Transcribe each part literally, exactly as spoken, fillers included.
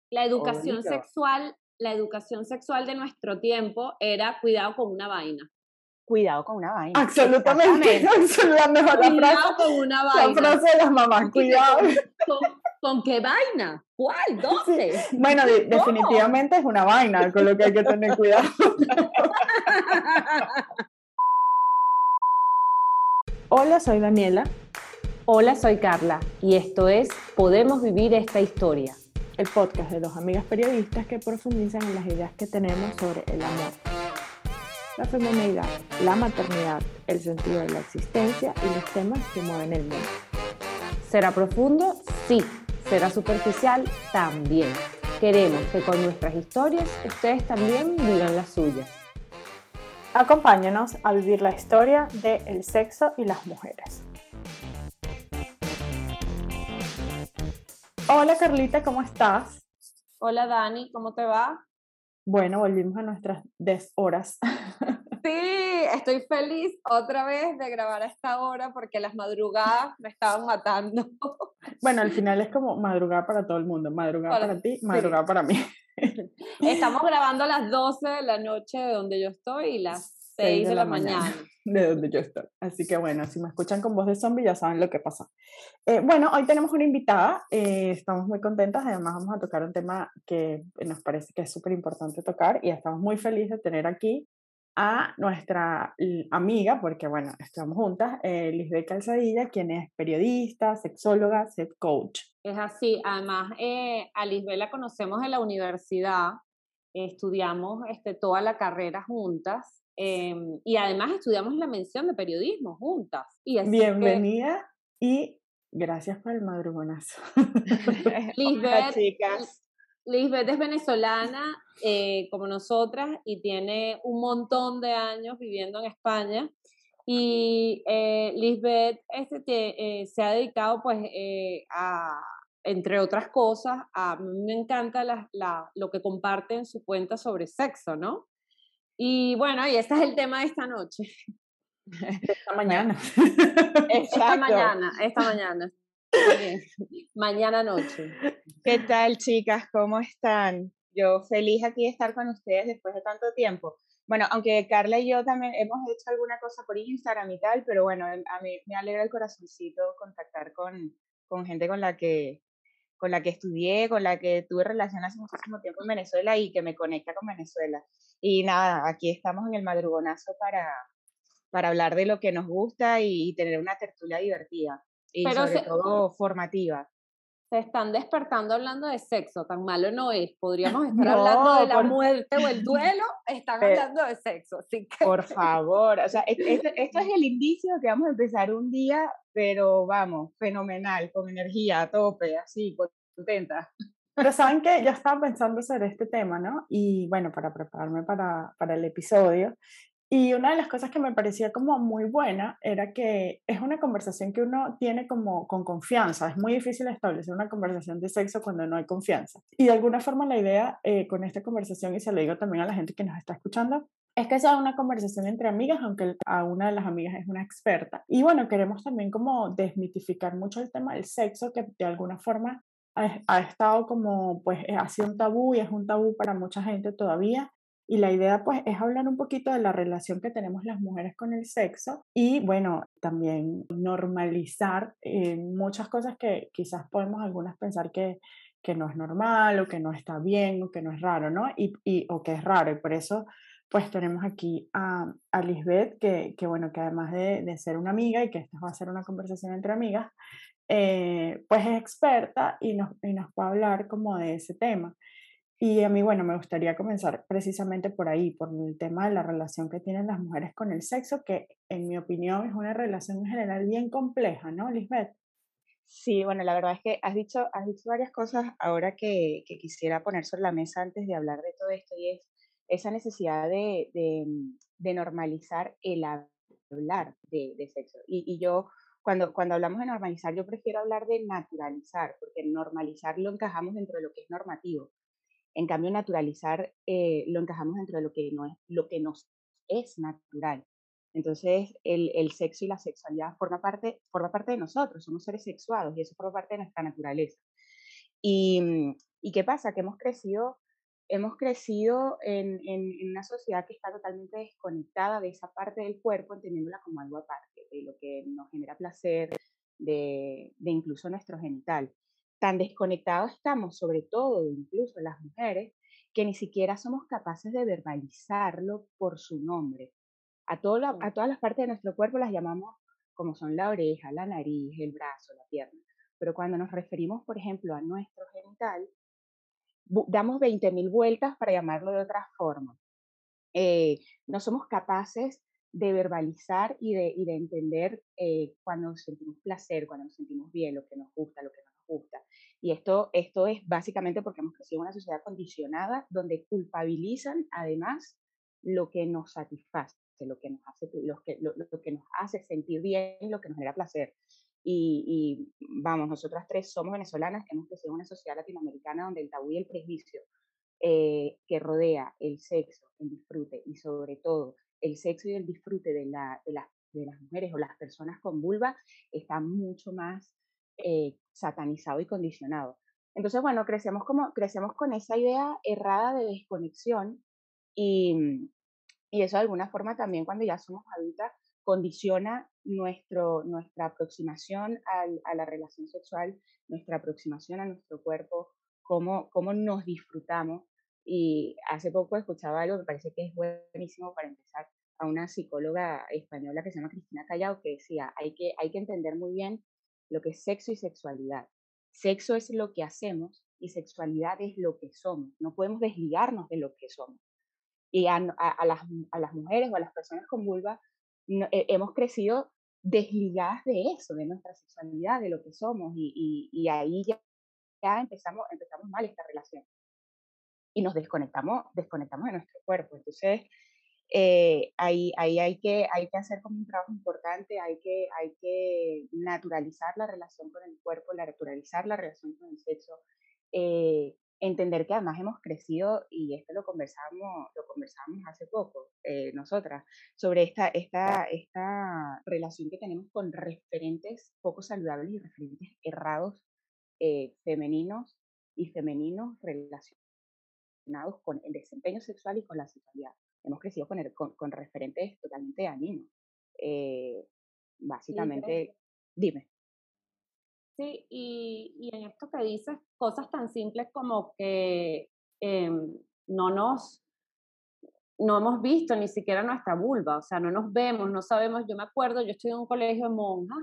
La educación Obvio. sexual, la educación sexual de nuestro tiempo era cuidado con una vaina. Cuidado con una vaina. Absolutamente, Exactamente. la mejor la Cuidado frase, con una la vaina. frase de las mamás, ¿Con qué- cuidado. ¿Con, con, con qué vaina? ¿Cuál? ¿Dónde? Sí. Bueno, de- definitivamente es una vaina con lo que hay que tener cuidado. Hola, soy Daniela, Hola, soy Carla y esto es Podemos Vivir Esta Historia. el podcast de dos amigas periodistas que profundizan en las ideas que tenemos sobre el amor, la feminidad, la maternidad, el sentido de la existencia y los temas que mueven el mundo. ¿Será profundo? Sí. ¿Será superficial? También. Queremos que con nuestras historias ustedes también vivan las suyas. Acompáñanos a vivir la historia de el sexo y las mujeres. Hola Carlita, ¿cómo estás? Hola Dani, ¿cómo te va? Bueno, volvimos a nuestras deshoras. Sí, estoy feliz otra vez de grabar a esta hora porque las madrugadas me estaban matando. Bueno, al final es como madrugada para todo el mundo, madrugada para, Para- ti, sí. madrugada para mí. Estamos grabando a las doce de la noche de donde yo estoy y las seis de la mañana. de donde yo estoy. Así que bueno, si me escuchan con voz de zombie ya saben lo que pasa. Eh, bueno, hoy tenemos una invitada, eh, estamos muy contentas, además vamos a tocar un tema que nos parece que es súper importante tocar y estamos muy felices de tener aquí a nuestra l- amiga, porque bueno, estamos juntas, eh, Lisbeth Calzadilla, quien es periodista, sexóloga, sex coach. Es así, además eh, a Lisbeth la conocemos en la universidad, eh, estudiamos este, toda la carrera juntas eh, y además estudiamos la mención de periodismo juntas. Y así Bienvenida y gracias por el madrugonazo. que Hola, Lisbeth, chicas. Lisbeth es venezolana eh, como nosotras y tiene un montón de años viviendo en España. Y eh, Lisbeth este, te- eh, se ha dedicado, pues, eh, a, entre otras cosas, a mí me encanta la, la- lo que comparte en su cuenta sobre sexo, ¿no? Y bueno, y ese es el tema de esta noche, De esta mañana. esta Exacto. mañana, esta mañana. Está bien. Mañana noche. ¿Qué tal, chicas? ¿Cómo están? Yo feliz aquí de estar con ustedes después de tanto tiempo. Bueno, aunque Carla y yo también hemos hecho alguna cosa por Instagram y tal, pero bueno, em, a mí me alegra el corazoncito contactar con, con gente con la que con la que estudié, con la que tuve relación hace muchísimo tiempo en Venezuela y que me conecta con Venezuela. Y nada, aquí estamos en el madrugonazo para, para hablar de lo que nos gusta y, y tener una tertulia divertida y Pero sobre se, todo formativa. se están despertando hablando de sexo, tan malo no es. Podríamos estar No, hablando de la por, muerte o el duelo, están pe- hablando de sexo, así que por favor, o sea, es- esto, esto es el indicio de que vamos a empezar un día, pero vamos, fenomenal, con energía a tope, así, contenta. Pero saben que yo estaba pensando sobre este tema, ¿no? Y bueno, para prepararme para, para el episodio. Y una de las cosas que me parecía como muy buena era que es una conversación que uno tiene como con confianza. Es muy difícil establecer una conversación de sexo cuando no hay confianza. Y de alguna forma la idea eh, con esta conversación, y se lo digo también a la gente que nos está escuchando, es que sea una conversación entre amigas, aunque a una de las amigas es una experta. Y bueno, queremos también como desmitificar mucho el tema del sexo, que de alguna forma ha, ha estado como, pues ha sido un tabú y es un tabú para mucha gente todavía. Y la idea pues es hablar un poquito de la relación que tenemos las mujeres con el sexo y bueno, también normalizar eh, muchas cosas que quizás podemos algunas pensar que, que no es normal o que no está bien o que no es raro, ¿no? Y, y, o que es raro. Y por eso pues tenemos aquí a, a Lisbeth, que, que bueno, que además de, de ser una amiga y que esta va a ser una conversación entre amigas, eh, pues es experta y nos, y nos puede hablar como de ese tema. Y a mí, bueno, me gustaría comenzar precisamente por ahí, por el tema de la relación que tienen las mujeres con el sexo, que en mi opinión es una relación en general bien compleja, ¿no, Lisbeth? Sí, bueno, la verdad es que has dicho, has dicho varias cosas ahora que, que quisiera poner sobre la mesa antes de hablar de todo esto, y es esa necesidad de, de, de normalizar el hablar de, de sexo. Y, y yo, cuando, cuando hablamos de normalizar, yo prefiero hablar de naturalizar, porque normalizar lo encajamos dentro de lo que es normativo. En cambio, naturalizar eh, lo encajamos dentro de lo que, no es, lo que nos es natural. Entonces, el, el sexo y la sexualidad forma parte, forma parte de nosotros, somos seres sexuados y eso forma parte de nuestra naturaleza. Y, mm, ¿y qué pasa? Que hemos crecido, hemos crecido en, en- en una sociedad que está totalmente desconectada de esa parte del cuerpo, entendiéndola como algo aparte, de lo que nos genera placer, de, de incluso nuestro genital. Tan desconectados estamos, sobre todo incluso las mujeres, que ni siquiera somos capaces de verbalizarlo por su nombre. A, todo la- a todas las partes de nuestro cuerpo las llamamos como son la oreja, la nariz, el brazo, la pierna. Pero cuando nos referimos, por ejemplo, a nuestro genital, bu- damos veinte mil vueltas para llamarlo de otra forma. Eh, no somos capaces de verbalizar y de, y de entender eh, cuando sentimos placer, cuando nos sentimos bien, lo que nos gusta, lo que no nos gusta. Y esto, esto es básicamente porque hemos crecido en una sociedad condicionada donde culpabilizan además lo que nos satisface, lo que nos hace, lo que, lo, lo que nos hace sentir bien, lo que nos genera placer. Y, y vamos, nosotras tres somos venezolanas, hemos crecido en una sociedad latinoamericana donde el tabú y el prejuicio eh, que rodea el sexo, el disfrute y sobre todo el sexo y el disfrute de, la, de, las, de las mujeres o las personas con vulva está mucho más eh, satanizado y condicionado. Entonces, bueno, crecemos, como, crecemos con esa idea errada de desconexión y, y eso de alguna forma también cuando ya somos adultas condiciona nuestro, nuestra aproximación al, a la relación sexual, nuestra aproximación a nuestro cuerpo, cómo, cómo nos disfrutamos. Y hace poco escuchaba algo que me parece que es buenísimo para empezar, a una psicóloga española que se llama Cristina Callao, que decía, hay que, hay que entender muy bien lo que es sexo y sexualidad. Sexo es lo que hacemos y sexualidad es lo que somos. No podemos desligarnos de lo que somos y a, a, a, las, a las mujeres o a las personas con vulva no, eh, hemos crecido desligadas de eso, de nuestra sexualidad, de lo que somos y, y, y ahí ya, ya, empezamos, empezamos mal esta relación y nos desconectamos, desconectamos de nuestro cuerpo. Entonces, eh, ahí, ahí hay, que, hay que hacer como un trabajo importante, hay que, hay que naturalizar la relación con el cuerpo, naturalizar la relación con el sexo, eh, entender que además hemos crecido, y esto lo conversamos, lo conversamos hace poco, eh, nosotras, sobre esta, esta, esta relación que tenemos con referentes poco saludables y referentes errados eh, femeninos y femeninos relacionados con el desempeño sexual y con la sexualidad. Hemos crecido con, el, con, con referentes totalmente dañinos. Eh, Sí, básicamente, dime. sí, y, y en esto que dices, cosas tan simples como que em, no nos, no hemos visto ni siquiera nuestra vulva, o sea, no nos vemos, no sabemos. Yo me acuerdo, yo estoy en un colegio de monjas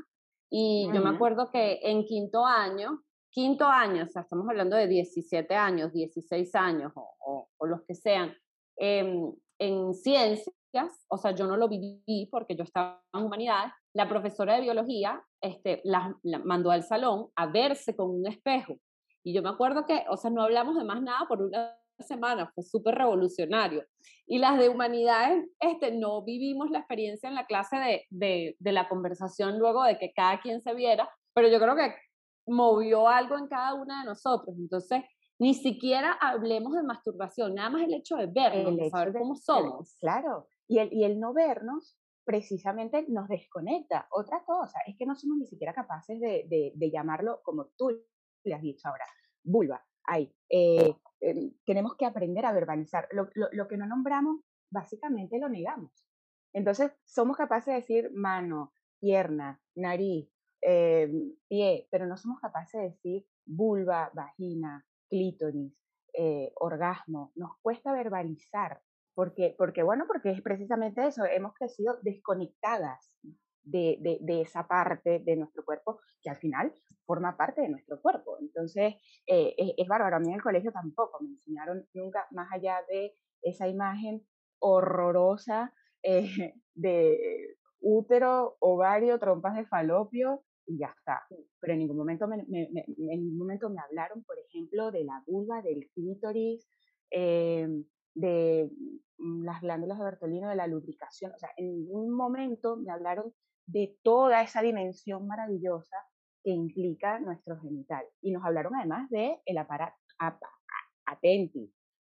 y yo me Ujú. acuerdo que en quinto año, quinto año, o sea, estamos hablando de diecisiete años, dieciséis años o, o, o los que sean, em, en ciencias, o sea, yo no lo viví porque yo estaba en humanidades, la profesora de biología este, la, la mandó al salón a verse con un espejo. Y yo me acuerdo que, o sea, no hablamos de más nada por una semana, fue súper revolucionario. Y las de humanidades, este, no vivimos la experiencia en la clase de, de, de la conversación luego de que cada quien se viera, pero yo creo que movió algo en cada una de nosotros. Entonces, ni siquiera hablemos de masturbación, nada más el hecho de vernos, El de hecho saber de, cómo ver- somos. claro, y el, y el no vernos precisamente nos desconecta. Otra cosa es que no somos ni siquiera capaces de, de, de llamarlo como tú le has dicho ahora, vulva. Ahí, eh, eh, tenemos que aprender a verbalizar. Lo, lo, lo que no nombramos, básicamente lo negamos. Entonces, somos capaces de decir mano, pierna, nariz, eh, pie, pero no somos capaces de decir vulva, vagina, clítoris, eh, orgasmo. Nos cuesta verbalizar, porque, porque, bueno, porque es precisamente eso, hemos crecido desconectadas de, de, de esa parte de nuestro cuerpo que al final forma parte de nuestro cuerpo. Entonces, eh, es, es bárbaro. A mí en el colegio tampoco me enseñaron nunca más allá de esa imagen horrorosa eh, de útero, ovario, trompas de falopio y ya está. Pero en ningún momento me, me, me, en ningún momento me hablaron, por ejemplo, de la vulva, del clítoris, eh, de mm, las glándulas de Bertolino, de la lubricación. O sea, en ningún momento me hablaron de toda esa dimensión maravillosa que implica nuestro genital. Y nos hablaron además de el aparato, ap, atenti,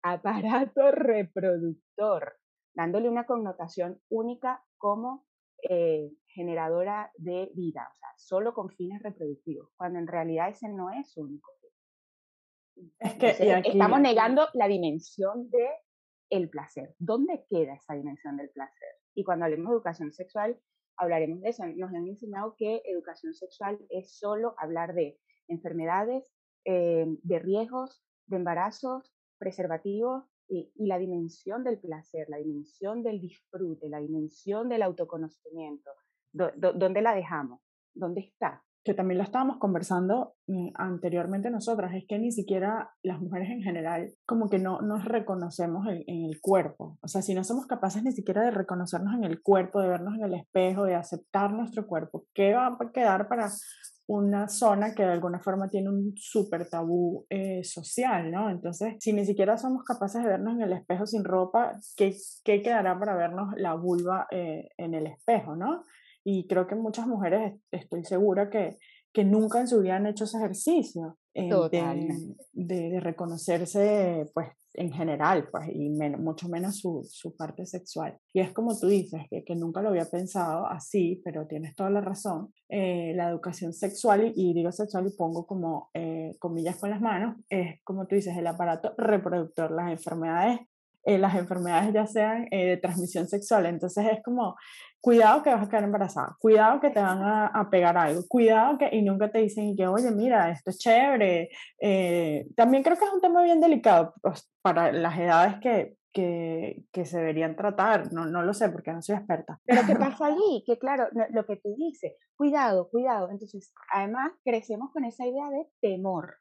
aparato reproductor, dándole una connotación única como eh, generadora de vida, o sea, solo con fines reproductivos, cuando en realidad ese no es su único fin. Es que, Entonces, y aquí, estamos negando la dimensión de el placer. ¿Dónde queda esa dimensión del placer? Y cuando hablemos de educación sexual, hablaremos de eso. Nos han enseñado que educación sexual es solo hablar de enfermedades, eh, de riesgos, de embarazos, preservativos y, y la dimensión del placer, la dimensión del disfrute, la dimensión del autoconocimiento. Do, do, ¿Dónde la dejamos? ¿Dónde está? que también lo estábamos conversando eh, anteriormente nosotras, es que ni siquiera las mujeres en general como que no nos reconocemos en, en el cuerpo. O sea, si no somos capaces ni siquiera de reconocernos en el cuerpo, de vernos en el espejo, de aceptar nuestro cuerpo, ¿qué va a quedar para una zona que de alguna forma tiene un súper tabú eh, social, ¿no? Entonces, si ni siquiera somos capaces de vernos en el espejo sin ropa, ¿qué, qué quedará para vernos la vulva eh, en el espejo, ¿no? Y creo que muchas mujeres, estoy segura que, que nunca en su vida han hecho ese ejercicio eh, de, de, de, reconocerse, pues, en general, pues, y men mucho menos su, su parte sexual. Y es como tú dices, que, que nunca lo había pensado así, pero tienes toda la razón. Eh, la educación sexual, y, y digo sexual y pongo como eh, comillas con las manos, es como tú dices, el aparato reproductor, las enfermedades eh, las enfermedades ya sean eh, de transmisión sexual. Entonces es como, cuidado que vas a quedar embarazada, cuidado que te van a, a pegar algo, cuidado que, y nunca te dicen que, oye, mira, esto es chévere. Eh, también creo que es un tema bien delicado pues, para las edades que, que, que se deberían tratar, no, no lo sé porque no soy experta. Pero ¿qué pasa allí? Que claro, lo que tú dices, cuidado, cuidado. Entonces, además, crecemos con esa idea de temor.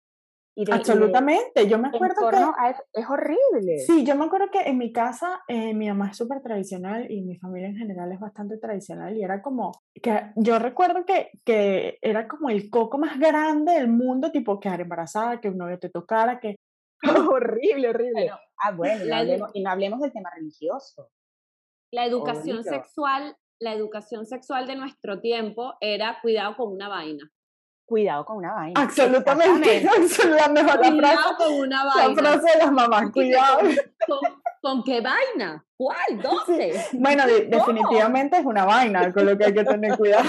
Y de, Absolutamente, y de, yo me acuerdo que... A, es horrible. Sí, yo me acuerdo que en mi casa eh, mi mamá es súper tradicional y mi familia en general es bastante tradicional y era como, que yo recuerdo que, que era como el coco más grande del mundo, tipo quedar embarazada, que un novio te tocara, que... horrible, horrible. Bueno, ah, bueno, y no, hablemos, y no hablemos del tema religioso. La educación Bonito. sexual, la educación sexual de nuestro tiempo era cuidado con una vaina. Cuidado con una vaina. Absolutamente, absolutamente mejor cuidado la frase, con una vaina. La frase de las mamás, cuidado. ¿Con, con, con qué vaina? ¿Cuál? ¿Dónde? Sí. Bueno, de, definitivamente es una vaina con lo que hay que tener cuidado.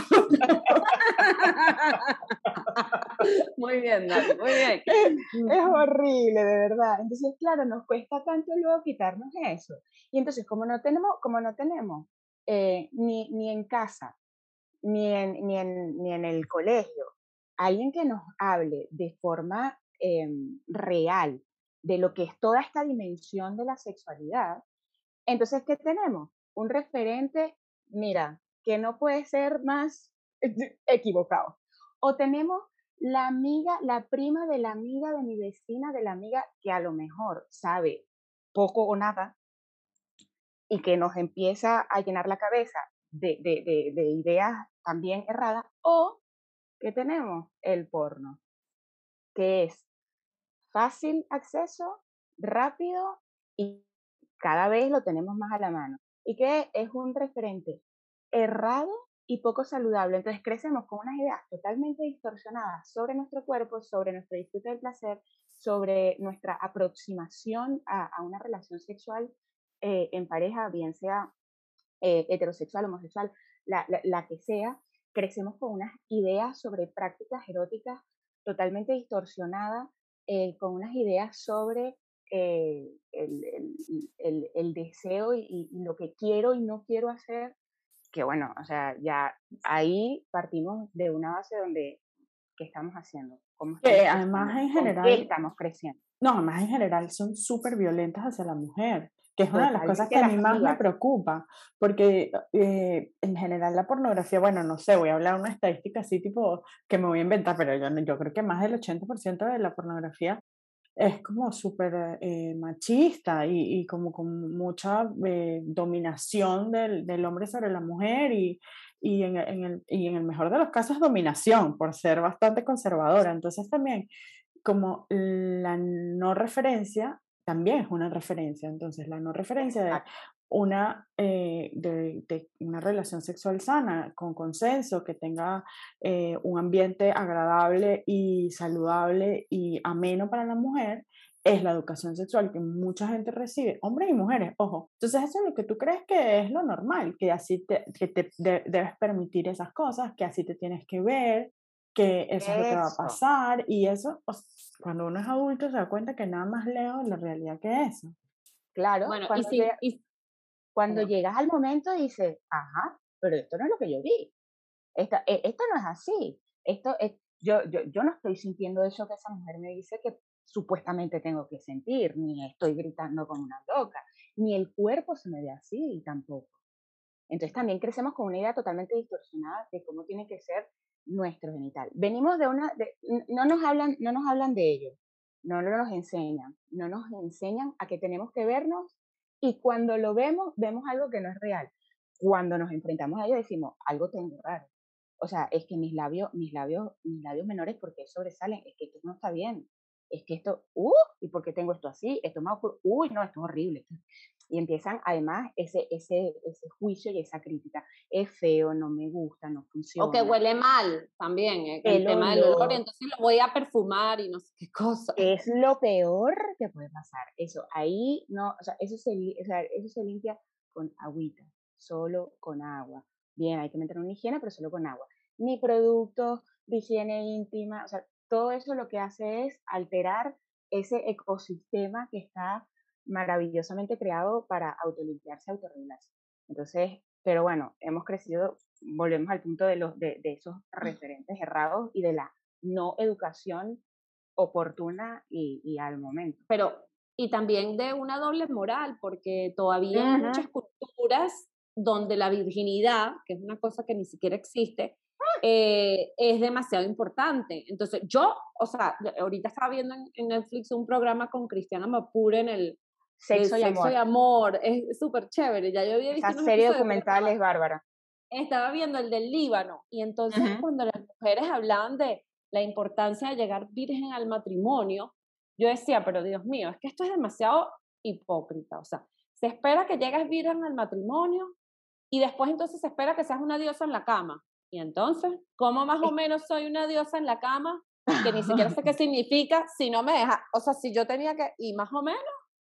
Muy bien, Dani, muy bien. Es horrible, de verdad. Entonces, claro, nos cuesta tanto luego quitarnos eso. Y entonces, como no tenemos, como no tenemos eh, ni, ni en casa, ni en, ni, en, ni en el colegio, alguien que nos hable de forma eh, real de lo que es toda esta dimensión de la sexualidad, entonces, ¿qué tenemos? Un referente, mira, que no puede ser más equivocado. O tenemos la amiga, la prima de la amiga de mi vecina, de la amiga que a lo mejor sabe poco o nada y que nos empieza a llenar la cabeza de, de, de, de ideas también erradas. O que tenemos el porno, que es fácil acceso, rápido y cada vez lo tenemos más a la mano. Y que es un referente errado y poco saludable. Entonces crecemos con unas ideas totalmente distorsionadas sobre nuestro cuerpo, sobre nuestro disfrute del placer, sobre nuestra aproximación a, a una relación sexual eh, en pareja, bien sea eh, heterosexual, homosexual, la, la, la que sea. Crecemos con unas ideas sobre prácticas eróticas totalmente distorsionadas, eh, con unas ideas sobre eh, el, el, el, el, deseo y, y, lo que quiero y no quiero hacer, que bueno, o sea, ya ahí partimos de una base donde, ¿qué estamos haciendo? ¿Cómo estamos que además en general, ¿Con qué estamos creciendo? No, además en general son súper violentas hacia la mujer, que es una de las cosas que a mí más me preocupa, porque eh, en general la pornografía, bueno, no sé, voy a hablar una estadística así tipo que me voy a inventar, pero yo, yo creo que más del ochenta por ciento de la pornografía es como súper eh, machista y, y, como con mucha eh, dominación del, del, hombre sobre la mujer y, y, en, en el, y en el mejor de los casos dominación por ser bastante conservadora. Entonces también como la no referencia también es una referencia. Entonces la no referencia de una, eh, de, de una relación sexual sana, con consenso, que tenga eh, un ambiente agradable y saludable y ameno para la mujer, es la educación sexual que mucha gente recibe, hombres y mujeres, ojo. Entonces eso es lo que tú crees que es lo normal, que así te, que te de, debes permitir esas cosas, que así te tienes que ver, que eso es lo que va a Eso, pasar y eso, o s- cuando uno es adulto se da cuenta que nada más lejos de la realidad que eso. claro, Bueno, y cuando, sin, llega, y, cuando perdón. llegas al momento dices, ajá, pero esto no es lo que yo vi. Esta, e- esto no es así. Esto es, yo, yo, yo no estoy sintiendo eso que esa mujer me dice que supuestamente tengo que sentir, ni estoy gritando como una loca, ni el cuerpo se me ve así tampoco. Entonces también crecemos con una idea totalmente distorsionada de cómo tiene que ser nuestro genital. Venimos de una, de- n- no nos hablan, no nos hablan de ello, no nos enseñan, no nos enseñan a que tenemos que vernos y cuando lo vemos, vemos algo que no es real. Cuando nos enfrentamos a ello decimos, algo tengo raro. O sea, es que mis labios, mis labios, mis labios menores, ¿por qué sobresalen? Es que esto no está bien. Es que esto, uh, ¿y por qué tengo esto así? Esto es más oscuro. Uy, no, esto es horrible. Y empiezan además ese, ese, ese juicio y esa crítica. Es feo, no me gusta, no O que funciona. huele mal también, eh, el El tema del olor, y olor entonces lo voy a perfumar y no sé qué cosa. es lo peor que puede pasar. Eso, ahí no, o sea, eso se, li- o sea, eso se limpia con agüita, solo con agua. Bien, hay que meter una higiene, pero solo con agua. Ni productos de higiene íntima, o sea, todo eso lo que hace es alterar ese ecosistema que está maravillosamente creado para autolimpiarse, autorregularse. Entonces, pero bueno, hemos crecido, volvemos al punto de, los, de, de esos referentes errados y de la no educación oportuna y, y al momento. Pero, y también de una doble moral, porque todavía hay Ujú. muchas culturas donde la virginidad, que es una cosa que ni siquiera existe, eh, es demasiado importante. Entonces, yo, o sea, ahorita estaba viendo en, en Netflix un programa con Cristiana Mapure en el de Sexo y sexo y amor. amor, es súper chévere, ya yo había Esa visto unos serie episodios, pero documental estaba, es bárbara. estaba viendo el del Líbano, y entonces Ujú. cuando las mujeres hablaban de la importancia de llegar virgen al matrimonio, yo decía, pero Dios mío, es que esto es demasiado hipócrita, o sea, se espera que llegues virgen al matrimonio y después entonces se espera que seas una diosa en la cama. Y entonces, ¿cómo más o Es- menos soy una diosa en la cama? Que ni siquiera sé qué significa si no me deja, o sea, si yo tenía que, y más o menos,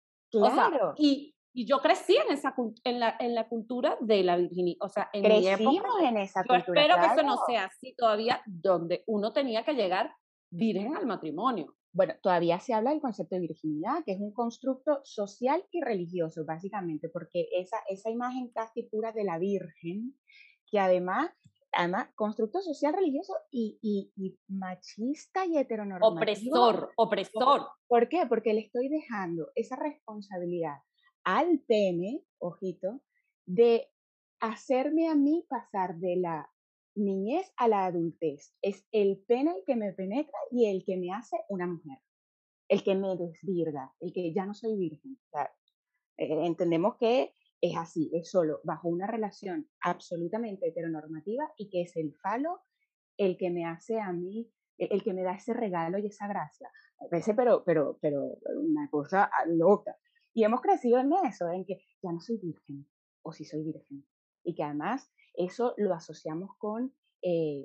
o sea, claro, y, y yo crecí en, esa, en, la, en la cultura de la virginidad, o sea, en mi época, crecimos en esa yo cultura, espero que claro. eso no sea así todavía, donde uno tenía que llegar virgen al matrimonio. Bueno, todavía se habla del concepto de virginidad, que es un constructo social y religioso, básicamente, porque esa, esa imagen casi pura de la Virgen, que además, además, constructo social, religioso y, y, y machista y heteronormativo. Opresor, opresor. ¿Por qué? Porque le estoy dejando esa responsabilidad al pene, ojito, de hacerme a mí pasar de la niñez a la adultez. Es el pene el que me penetra y el que me hace una mujer, el que me desvirga, el que ya no soy virgen. O sea, eh, entendemos que es así, es solo bajo una relación absolutamente heteronormativa y que es el falo el que me hace a mí, el, el que me da ese regalo y esa gracia. A veces, pero, pero, pero una cosa ah, loca. Y hemos crecido en eso, en que ya no soy virgen, o sí soy virgen. Y que además eso lo asociamos con eh,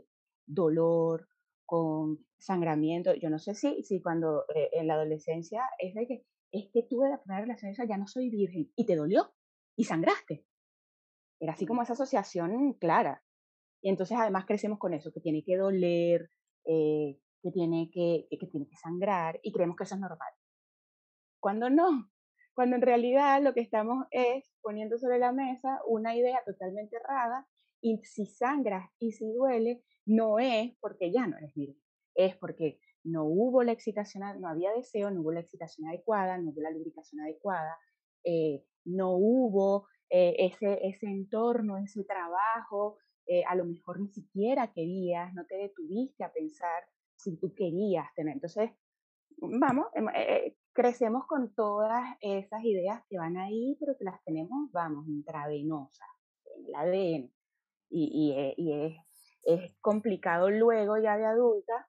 dolor, con sangramiento. Yo no sé si, si cuando eh, en la adolescencia es de que es que tuve la primera relación esa, ya no soy virgen, y te dolió, y sangraste. Era así como esa asociación clara. Y entonces además crecemos con eso, que tiene que doler, eh, que, tiene que, que, que tiene que sangrar, y creemos que eso es normal. Cuando no, cuando en realidad lo que estamos es poniendo sobre la mesa una idea totalmente errada, y si sangras y si duele, no es porque ya no eres virgen, es porque no hubo la excitación, no había deseo, no hubo la excitación adecuada, no hubo la lubricación adecuada, eh, no hubo eh, ese, ese entorno, ese trabajo, eh, a lo mejor ni siquiera querías, no te detuviste a pensar si tú querías tener. Entonces, vamos, em, eh, eh, crecemos con todas esas ideas que van ahí, pero que las tenemos, vamos, intravenosas, en el A D N. Y, y, eh, y es, es complicado luego ya de adulta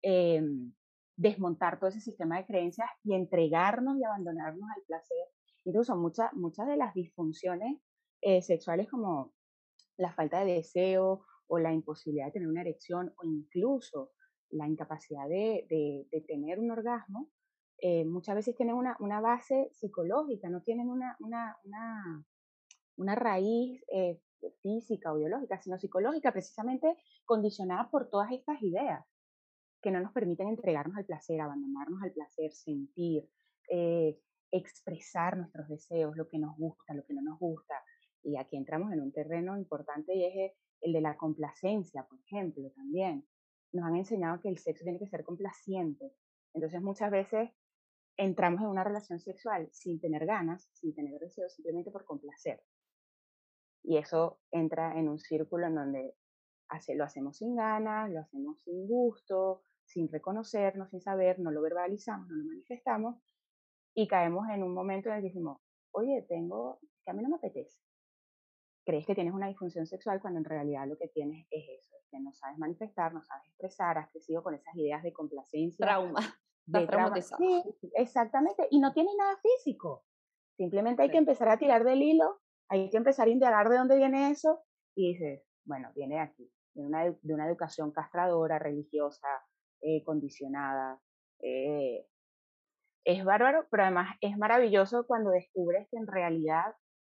em, desmontar todo ese sistema de creencias y entregarnos y abandonarnos al placer. Incluso muchas muchas de las disfunciones eh, sexuales como la falta de deseo o la imposibilidad de tener una erección o incluso la incapacidad de, de, de tener un orgasmo, eh, muchas veces tienen una, una, base psicológica, no tienen una, una, una, una raíz eh, física o biológica, sino psicológica, precisamente condicionada por todas estas ideas. que no nos permiten entregarnos al placer, abandonarnos al placer, sentir, eh, expresar nuestros deseos, lo que nos gusta, lo que no nos gusta. Y aquí entramos en un terreno importante y es el el de la complacencia, por ejemplo, también. Nos han enseñado que el sexo tiene que ser complaciente. Entonces muchas veces entramos en una relación sexual sin tener ganas, sin tener deseos, simplemente por complacer. Y eso entra en un círculo en donde hace, lo hacemos sin ganas, lo hacemos sin gusto, sin reconocernos, sin saber, no lo verbalizamos, no lo manifestamos y caemos en un momento en el que decimos, oye, tengo, que a mí no me apetece. Crees que tienes una disfunción sexual cuando en realidad lo que tienes es eso, que no sabes manifestar, no sabes expresar, has crecido con esas ideas de complacencia, Trauma, estás de trauma. traumatizado. Sí, exactamente, y no tiene nada físico. Simplemente hay que Sí. empezar a tirar del hilo, hay que empezar a indagar de dónde viene eso y dices, bueno, viene de aquí, de una, de una educación castradora, religiosa, eh, condicionada. Eh, es bárbaro, pero además es maravilloso cuando descubres que en realidad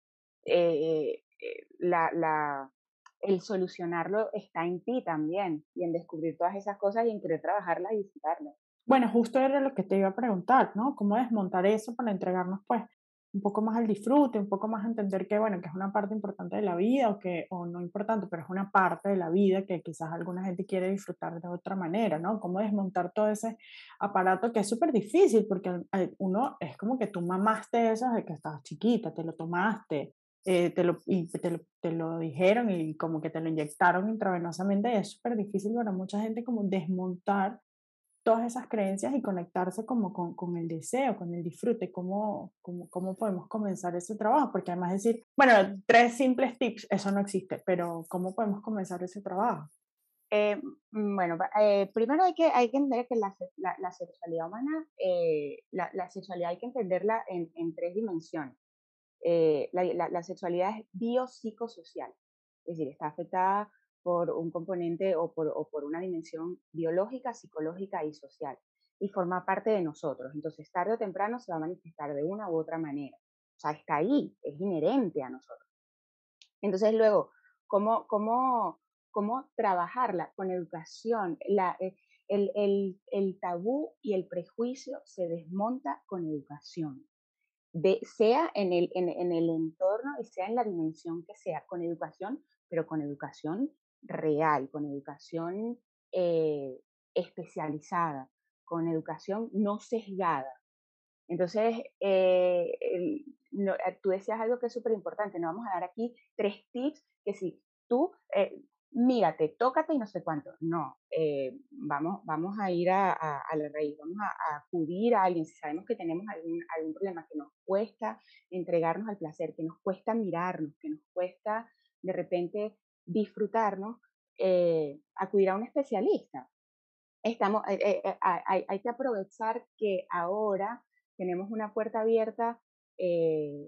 eh, eh, la, la, el solucionarlo está en ti también y en descubrir todas esas cosas y en querer trabajarlas y disfrutarlas. Bueno, justo era lo que te iba a preguntar, ¿no? ¿Cómo desmontar eso para entregarnos, pues, un poco más al disfrute, un poco más a entender que, bueno, que es una parte importante de la vida o que, o no importante, pero es una parte de la vida que quizás alguna gente quiere disfrutar de otra manera, ¿no? ¿Cómo desmontar todo ese aparato que es súper difícil porque al- al- uno es como que tú mamaste eso desde que estabas chiquita, te lo tomaste, eh, te lo, y te lo, te lo dijeron y como que te lo inyectaron intravenosamente y es súper difícil para mucha gente como desmontar todas esas creencias y conectarse como con, con el deseo, con el disfrute, cómo, cómo, cómo podemos comenzar ese trabajo, porque además decir, bueno, tres simples tips, eso no existe, pero ¿cómo podemos comenzar ese trabajo? Eh, mm, bueno, pa- eh, primero hay que, hay que entender que la, se- la- la sexualidad humana, eh, la, la sexualidad hay que entenderla en, en tres dimensiones. Eh, la, la- la sexualidad es biopsicosocial, es decir, está afectada por un componente o por, o por una dimensión biológica, psicológica y social, y forma parte de nosotros. Entonces, tarde o temprano se va a manifestar de una u otra manera. O sea, está ahí, es inherente a nosotros. Entonces, luego, ¿cómo, cómo, cómo trabajarla? Con educación. La, eh, el, el, el tabú y el prejuicio se desmonta con educación de, sea en el, en, en el entorno y sea en la dimensión que sea, con educación, pero con educación real, con educación eh, especializada, con educación no sesgada. Entonces, eh, el- no, eh, tú decías algo que es súper importante, no vamos a dar aquí tres tips que si tú, eh, mírate, tócate y no sé cuánto. No, eh, vamos, vamos a ir a, a, a la raíz, vamos a, a acudir a alguien si sabemos que tenemos algún, algún problema que nos cuesta entregarnos al placer, que nos cuesta mirarnos, que nos cuesta de repente disfrutarnos, eh, acudir a un especialista. Estamos, eh, eh, eh, hay, hay que aprovechar que ahora tenemos una puerta abierta eh,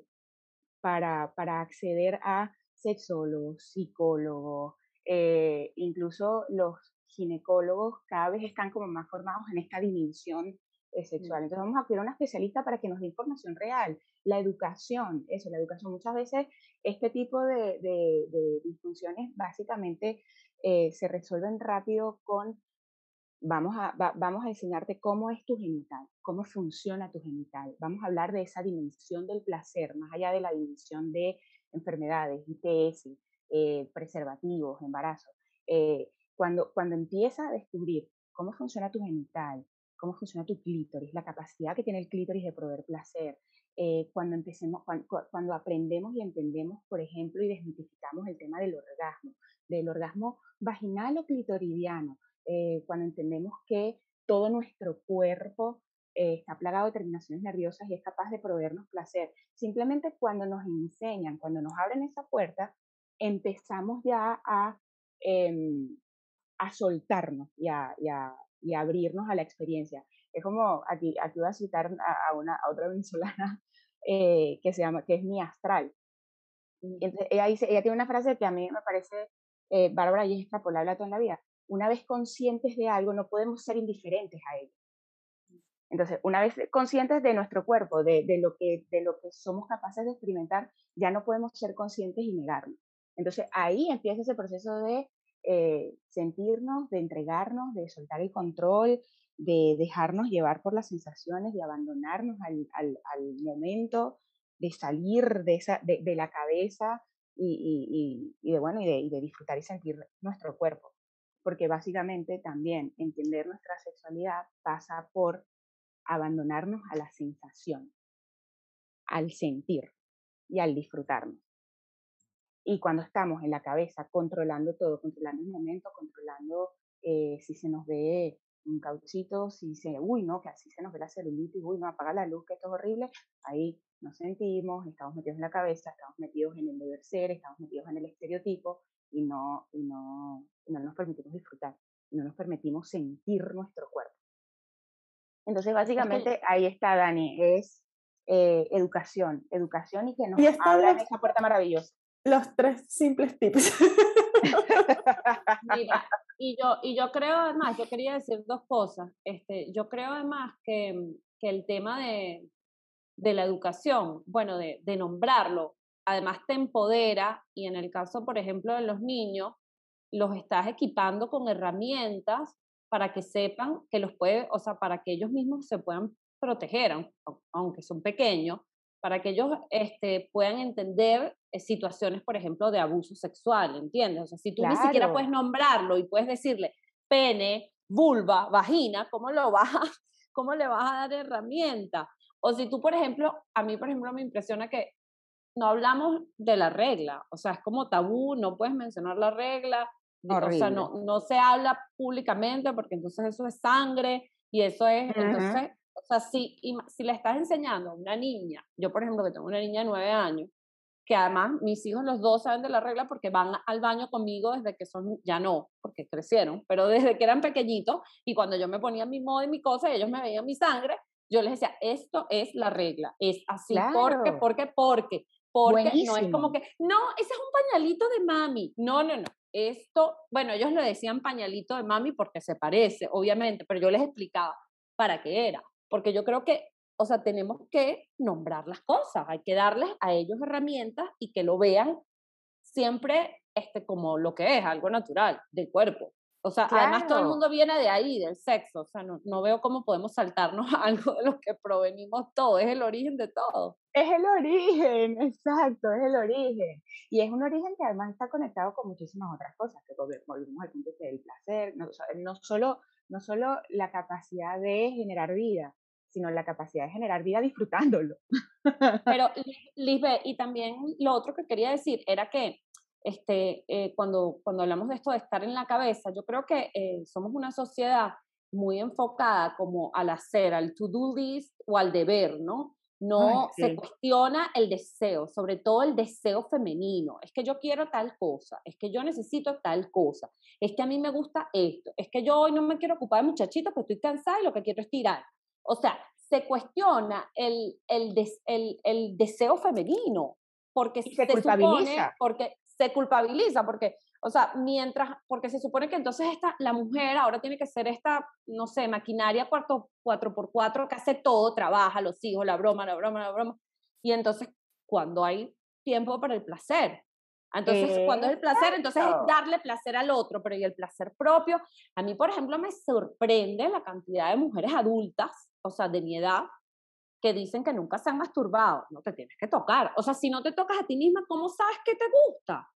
para, para acceder a sexólogos, psicólogos, eh, incluso los ginecólogos cada vez están como más formados en esta dimensión eh, Mm. sexual. Entonces vamos a acudir a una especialista para que nos dé información real. La educación, eso, la educación. Muchas veces este tipo de, de, de disfunciones básicamente eh, se resuelven rápido con Vamos a, va- vamos a enseñarte cómo es tu genital, cómo funciona tu genital. Vamos a hablar de esa dimensión del placer, más allá de la dimensión de enfermedades, I T S, eh, preservativos, embarazos. Eh, cuando, cuando empieza a descubrir cómo funciona tu genital, cómo funciona tu clítoris, la capacidad que tiene el clítoris de proveer placer, eh, cuando, empecemos, cuando, cuando aprendemos y entendemos, por ejemplo, y desmitificamos el tema del orgasmo, del orgasmo vaginal o clitoridiano, eh, cuando entendemos que todo nuestro cuerpo eh, está plagado de terminaciones nerviosas y es capaz de proveernos placer. Simplemente cuando nos enseñan, cuando nos abren esa puerta, empezamos ya a, eh, a soltarnos y a, y, a, y a, abrirnos a la experiencia. Es como, aquí, aquí voy a citar a, a, una, a otra venezolana eh, que se llama, que es mi astral. Y entonces ella, dice, ella tiene una frase que a mí me parece eh, bárbara y es extrapolable a toda la vida. Una vez conscientes de algo, no podemos ser indiferentes a ello. Entonces, una vez conscientes de nuestro cuerpo, de, de, lo que, de lo que somos capaces de experimentar, ya no podemos ser conscientes y negarlo. Entonces, ahí empieza ese proceso de eh, sentirnos, de entregarnos, de soltar el control, de dejarnos llevar por las sensaciones, de abandonarnos al, al, al momento, de salir de, esa, de, de la cabeza y, y, y, y de, bueno, y de, y de disfrutar y sentir nuestro cuerpo. Porque básicamente también entender nuestra sexualidad pasa por abandonarnos a la sensación, al sentir y al disfrutarnos. Y cuando estamos en la cabeza controlando todo, controlando el momento, controlando eh, si se nos ve un cauchito, si se, uy, no, que así se nos ve la celulitis, uy, no, apaga la luz, que esto es horrible, ahí nos sentimos, estamos metidos en la cabeza, estamos metidos en el deber ser, estamos metidos en el estereotipo y no, y no, y no nos permitimos disfrutar, no nos permitimos sentir nuestro cuerpo. Entonces, Es que básicamente, ahí está, Dani, es eh, educación, educación y que nos Y están abran los, esa puerta maravillosa. los tres simples tips. Mira, y yo, y yo creo además, yo quería decir dos cosas. Este, yo creo además que, que el tema de, de la educación, bueno, de, de nombrarlo, además te empodera y en el caso, por ejemplo, de los niños, los estás equipando con herramientas para que sepan que los puede, o sea, para que ellos mismos se puedan proteger, aunque son pequeños, para que ellos este, puedan entender eh, situaciones, por ejemplo, de abuso sexual, ¿entiendes? O sea, si tú ni siquiera puedes Claro, nombrarlo y puedes decirle pene, vulva, vagina, ¿cómo lo vas a, cómo le vas a dar herramienta? O si tú, por ejemplo, a mí, por ejemplo, me impresiona que no hablamos de la regla, o sea, es como tabú, no puedes mencionar la regla, o sea, horrible. no, no se habla públicamente porque entonces eso es sangre y eso es, Ujú. entonces, o sea, si, si le estás enseñando a una niña, yo por ejemplo que tengo una niña de nueve años, que además mis hijos los dos saben de la regla porque van al baño conmigo desde que son, ya no, porque crecieron, pero desde que eran pequeñitos y cuando yo me ponía mi moda y mi cosa, ellos me veían mi sangre, yo les decía, esto es la regla, es así, porque, Claro, porque, porque, porque no es como buenísimo. que, no, ese es un pañalito de mami, no, no, no, esto, bueno, ellos le decían pañalito de mami porque se parece, obviamente, pero yo les explicaba para qué era, porque yo creo que o sea, tenemos que nombrar las cosas, hay que darles a ellos herramientas y que lo vean siempre este, como lo que es, algo natural del cuerpo. O sea, además todo el Claro, mundo viene de ahí, del sexo, o sea, no, no veo cómo podemos saltarnos a algo de lo que provenimos todos, es el origen de todo. es el origen, exacto, es el origen. Y es un origen que además está conectado con muchísimas otras cosas, que volve- volvemos al punto del placer, no, o sea, no solo, no solo la capacidad de generar vida, sino la capacidad de generar vida disfrutándolo. Pero, Lisbeth, y también lo otro que quería decir era que este, eh, cuando, cuando hablamos de esto de estar en la cabeza, yo creo que eh, somos una sociedad muy enfocada como al hacer, al to-do list o al deber, ¿no? Ay, No se sí. cuestiona el deseo, sobre todo el deseo femenino. Es que yo quiero tal cosa, es que yo necesito tal cosa, es que a mí me gusta esto, es que yo hoy no me quiero ocupar de muchachitos, pues estoy cansada y lo que quiero es tirar. O sea, se cuestiona el, el, des, el, el deseo femenino, porque Y se se supone, culpabiliza. porque se culpabiliza, porque, o sea, mientras, porque se supone que entonces esta, la mujer ahora tiene que ser esta, no sé, maquinaria cuatro, cuatro por cuatro que hace todo, trabaja, los hijos, la broma, la broma, la broma, y entonces cuando hay tiempo para el placer, entonces cuando es el placer, entonces es Exacto. darle placer al otro, pero y el placer propio, a mí, por ejemplo, me sorprende la cantidad de mujeres adultas, o sea, de mi edad, que dicen que nunca se han masturbado. No te tienes que tocar. O sea, si no te tocas a ti misma, ¿cómo sabes que te gusta?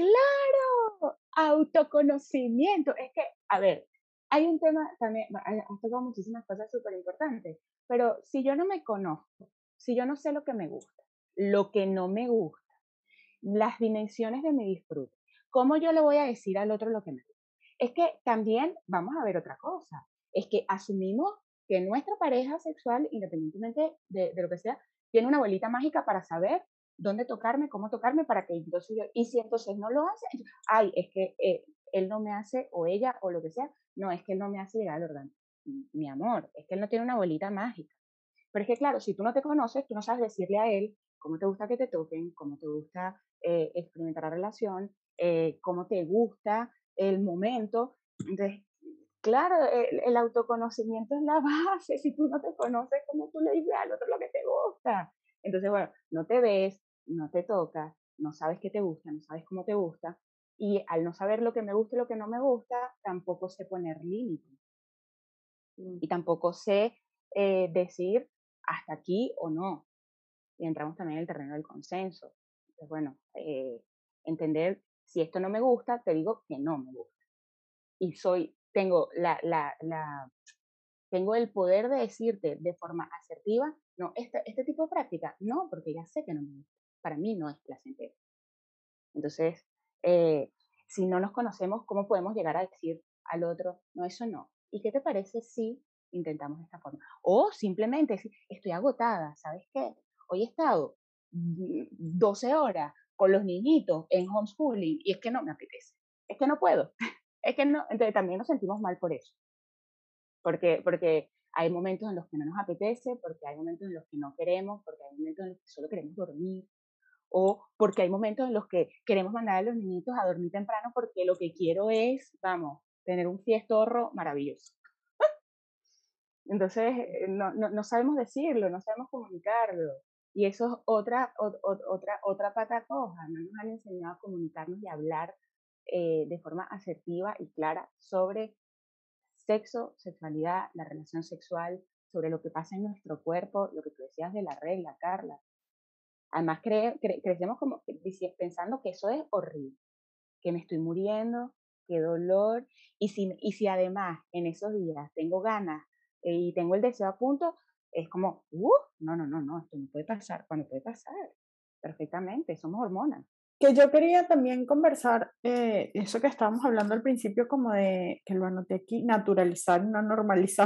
Claro, autoconocimiento. Es que, a ver, hay un tema también, bueno, hay- has tocado muchísimas cosas súper importantes, pero si yo no me conozco, si yo no sé lo que me gusta, lo que no me gusta, las dimensiones de mi disfrute, ¿cómo yo le voy a decir al otro lo que me gusta? Es que también vamos a ver otra cosa, es que asumimos que nuestra pareja sexual, independientemente de, de lo que sea, tiene una bolita mágica para saber dónde tocarme, cómo tocarme, para que entonces yo, y si entonces no lo hace, ay, es que eh, él no me hace, o ella, o lo que sea, no, es que él no me hace llegar al orgasmo. Mi amor, es que él no tiene una bolita mágica. Pero es que, claro, si tú no te conoces, tú no sabes decirle a él cómo te gusta que te toquen, cómo te gusta eh, experimentar la relación, eh, cómo te gusta el momento. Entonces, claro, el, el autoconocimiento es la base. Si tú no te conoces, ¿cómo tú le dices al otro lo que te gusta? Entonces, bueno, no te ves, no te tocas, no sabes qué te gusta, no sabes cómo te gusta. Y al no saber lo que me gusta y lo que no me gusta, tampoco sé poner límites. Y tampoco sé eh, decir hasta aquí o no. Y entramos también en el terreno del consenso. Entonces, bueno, eh, entender si esto no me gusta, te digo que no me gusta. Y soy, tengo la, la, la, tengo el poder de decirte de forma asertiva, no, este, este tipo de práctica, no, porque ya sé que no me gusta. Para mí no es placentero. Entonces, eh, si no nos conocemos, ¿cómo podemos llegar a decir al otro, no, eso no? ¿Y qué te parece si intentamos de esta forma? O simplemente, si estoy agotada, ¿sabes qué? Hoy he estado doce horas con los niñitos en homeschooling y es que no me apetece, es que no puedo, es que no, entonces también nos sentimos mal por eso, porque, porque hay momentos en los que no nos apetece, porque hay momentos en los que no queremos, porque hay momentos en los que solo queremos dormir, o porque hay momentos en los que queremos mandar a los niñitos a dormir temprano porque lo que quiero es, vamos, tener un fiestorro maravilloso. Entonces, no, no, no sabemos decirlo, no sabemos comunicarlo. Y eso es otra, o, o, otra, otra pata coja. No nos han enseñado a comunicarnos y a hablar eh, de forma asertiva y clara sobre sexo, sexualidad, la relación sexual, sobre lo que pasa en nuestro cuerpo, lo que tú decías de la regla, Carla. Además, cre cre crecemos como pensando que eso es horrible, que me estoy muriendo, qué dolor. Y si, y si además en esos días tengo ganas eh, y tengo el deseo a punto, es como, uh, no, no, no, no, esto no puede pasar. Cuando puede pasar, perfectamente, somos hormonas. Que yo quería también conversar, eh, eso que estábamos hablando al principio, como de, que lo anoté aquí, naturalizar, no normalizar,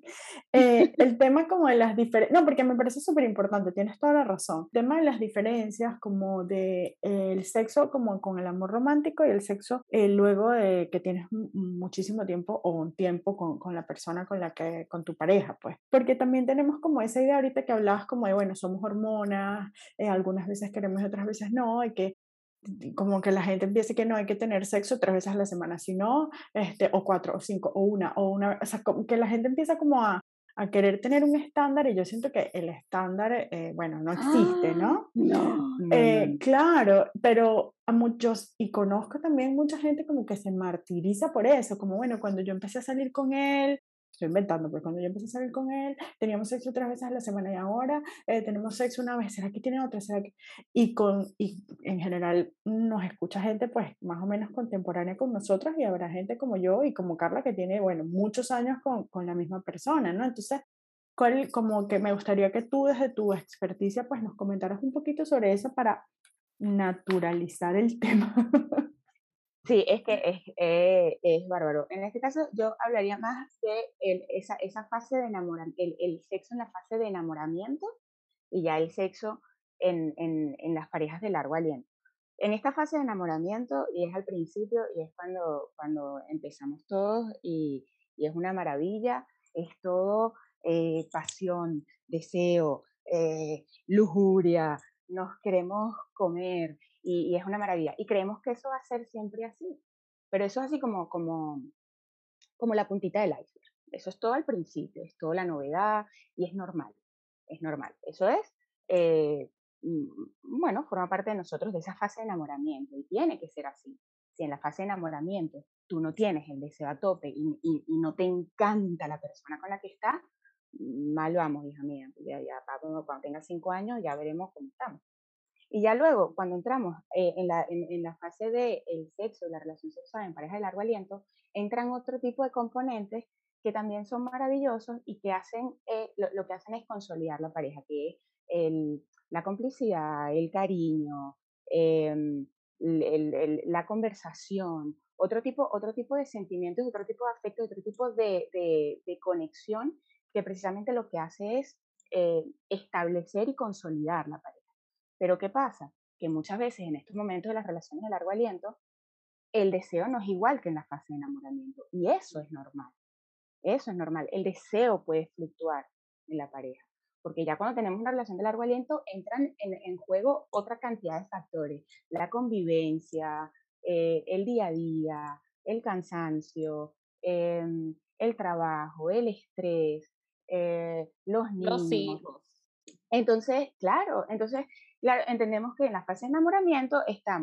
eh, el tema como de las diferencias, no, porque me parece súper importante, tienes toda la razón, el tema de las diferencias como de eh, el sexo como con el amor romántico y el sexo eh, luego de que tienes muchísimo tiempo o un tiempo con, con la persona con la que, con tu pareja, pues, porque también tenemos como esa idea ahorita que hablabas como de, bueno, somos hormonas, eh, algunas veces queremos y otras veces no, y que como que la gente empiece que no hay que tener sexo tres veces a la semana, sino, este, o cuatro, o cinco, o una, o una, o sea, como que la gente empieza como a, a querer tener un estándar y yo siento que el estándar, eh, bueno, no existe, ¡Ah! ¿no? No, no, no, Eh, no. claro, pero a muchos, y conozco también mucha gente como que se martiriza por eso, como bueno, cuando yo empecé a salir con él, estoy inventando, pero cuando yo empecé a salir con él, teníamos sexo tres veces a la semana y ahora eh, tenemos sexo una vez, ¿será que tiene otra? ¿Será que? Y, con, y en general nos escucha gente pues más o menos contemporánea con nosotros y habrá gente como yo y como Carla que tiene, bueno, muchos años con, con la misma persona, ¿no? Entonces, ¿cuál, como que me gustaría que tú desde tu experticia pues nos comentaras un poquito sobre eso para naturalizar el tema? Sí, es que es, eh, es bárbaro. En este caso, yo hablaría más de el, esa, esa fase de enamoramiento, el, el sexo en la fase de enamoramiento y ya el sexo en, en, en las parejas de largo aliento. En esta fase de enamoramiento, y es al principio, y es cuando, cuando empezamos todos, y, y es una maravilla, es todo eh, pasión, deseo, eh, lujuria, nos queremos comer, y, y es una maravilla. Y creemos que eso va a ser siempre así, pero eso es así como, como, como la puntita del iceberg. Eso es todo al principio, es toda la novedad y es normal, es normal. Eso es, eh, mm, bueno, forma parte de nosotros de esa fase de enamoramiento y tiene que ser así. Si en la fase de enamoramiento tú no tienes el deseo a tope y, y, y no te encanta la persona con la que estás, mal vamos, hija mía. Ya, ya, cuando, cuando tengas cinco años ya veremos cómo estamos. Y ya luego, cuando entramos eh, en, la, en, en, la fase del de sexo, la relación sexual en pareja de largo aliento, entran otro tipo de componentes que también son maravillosos y que hacen, eh, lo, lo, que hacen es consolidar la pareja, que es el, la complicidad, el cariño, eh, el, el, la conversación, otro tipo, otro tipo de sentimientos, otro tipo de afectos, otro tipo de, de, de conexión que precisamente lo que hace es eh, establecer y consolidar la pareja. Pero ¿qué pasa? Que muchas veces en estos momentos de las relaciones de largo aliento, el deseo no es igual que en la fase de enamoramiento. Y eso es normal. Eso es normal. El deseo puede fluctuar en la pareja. Porque ya cuando tenemos una relación de largo aliento, entran en, en juego otra cantidad de factores. La convivencia, eh, el día a día, el cansancio, eh, el trabajo, el estrés, eh, los Los niños. hijos. Entonces, claro, entonces, claro, entendemos que en la fase de enamoramiento estamos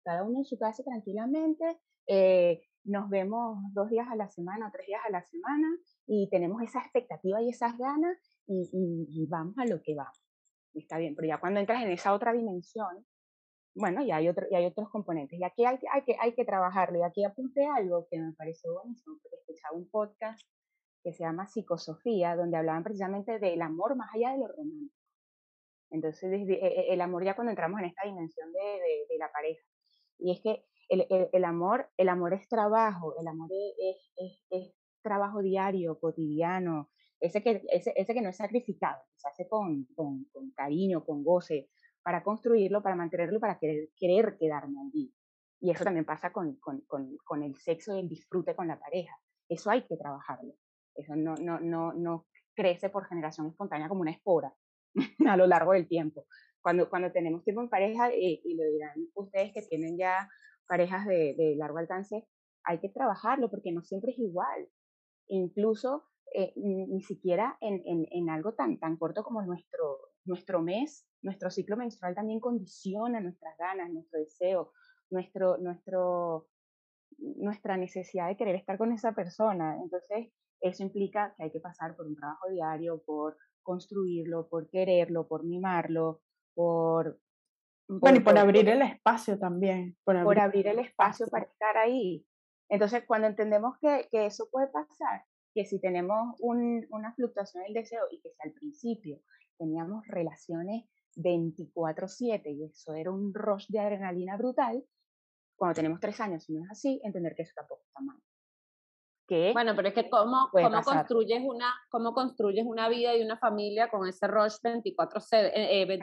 cada uno en su casa tranquilamente, eh, nos vemos dos días a la semana, tres días a la semana, y tenemos esa expectativa y esas ganas, y, y, y vamos a lo que vamos. Está bien, pero ya cuando entras en esa otra dimensión, bueno, ya hay, otro, ya hay otros componentes. Y aquí hay, hay, que, hay que trabajarlo. Y aquí apunté algo que me pareció buenísimo, porque escuchaba un podcast que se llama Psicosofía, donde hablaban precisamente del amor más allá de lo romántico. Entonces, desde, el amor ya cuando entramos en esta dimensión de, de, de la pareja. Y es que el, el, el, amor, el amor es trabajo, el amor es, es, es, es trabajo diario, cotidiano, ese que, ese, ese que no es sacrificado, se hace con, con, con cariño, con goce, para construirlo, para mantenerlo, para querer, querer quedarme allí. Y eso también pasa con, con, con, con el sexo y el disfrute con la pareja. Eso hay que trabajarlo. Eso no, no, no, no crece por generación espontánea como una espora a lo largo del tiempo. Cuando, cuando tenemos tiempo en pareja, y, y lo dirán ustedes que tienen ya parejas de, de largo alcance, hay que trabajarlo porque no siempre es igual. Incluso eh, ni, ni, siquiera en, en, en, algo tan, tan corto como nuestro, nuestro mes, nuestro ciclo menstrual también condiciona nuestras ganas, nuestro deseo, nuestro, nuestro, nuestra necesidad de querer estar con esa persona. Entonces, eso implica que hay que pasar por un trabajo diario, por construirlo, por quererlo, por mimarlo, por... por bueno, y por, por abrir por, el espacio también. Por abrir, por abrir el espacio, espacio para estar ahí. Entonces, cuando entendemos que, que eso puede pasar, que si tenemos un, una fluctuación del deseo y que si al principio teníamos relaciones veinticuatro siete y eso era un rush de adrenalina brutal, cuando tenemos tres años y no es así, entender que eso tampoco está mal. ¿Qué? Bueno, pero es que cómo, cómo construyes una, cómo construyes una vida y una familia con ese rush veinticuatro siete. Eh,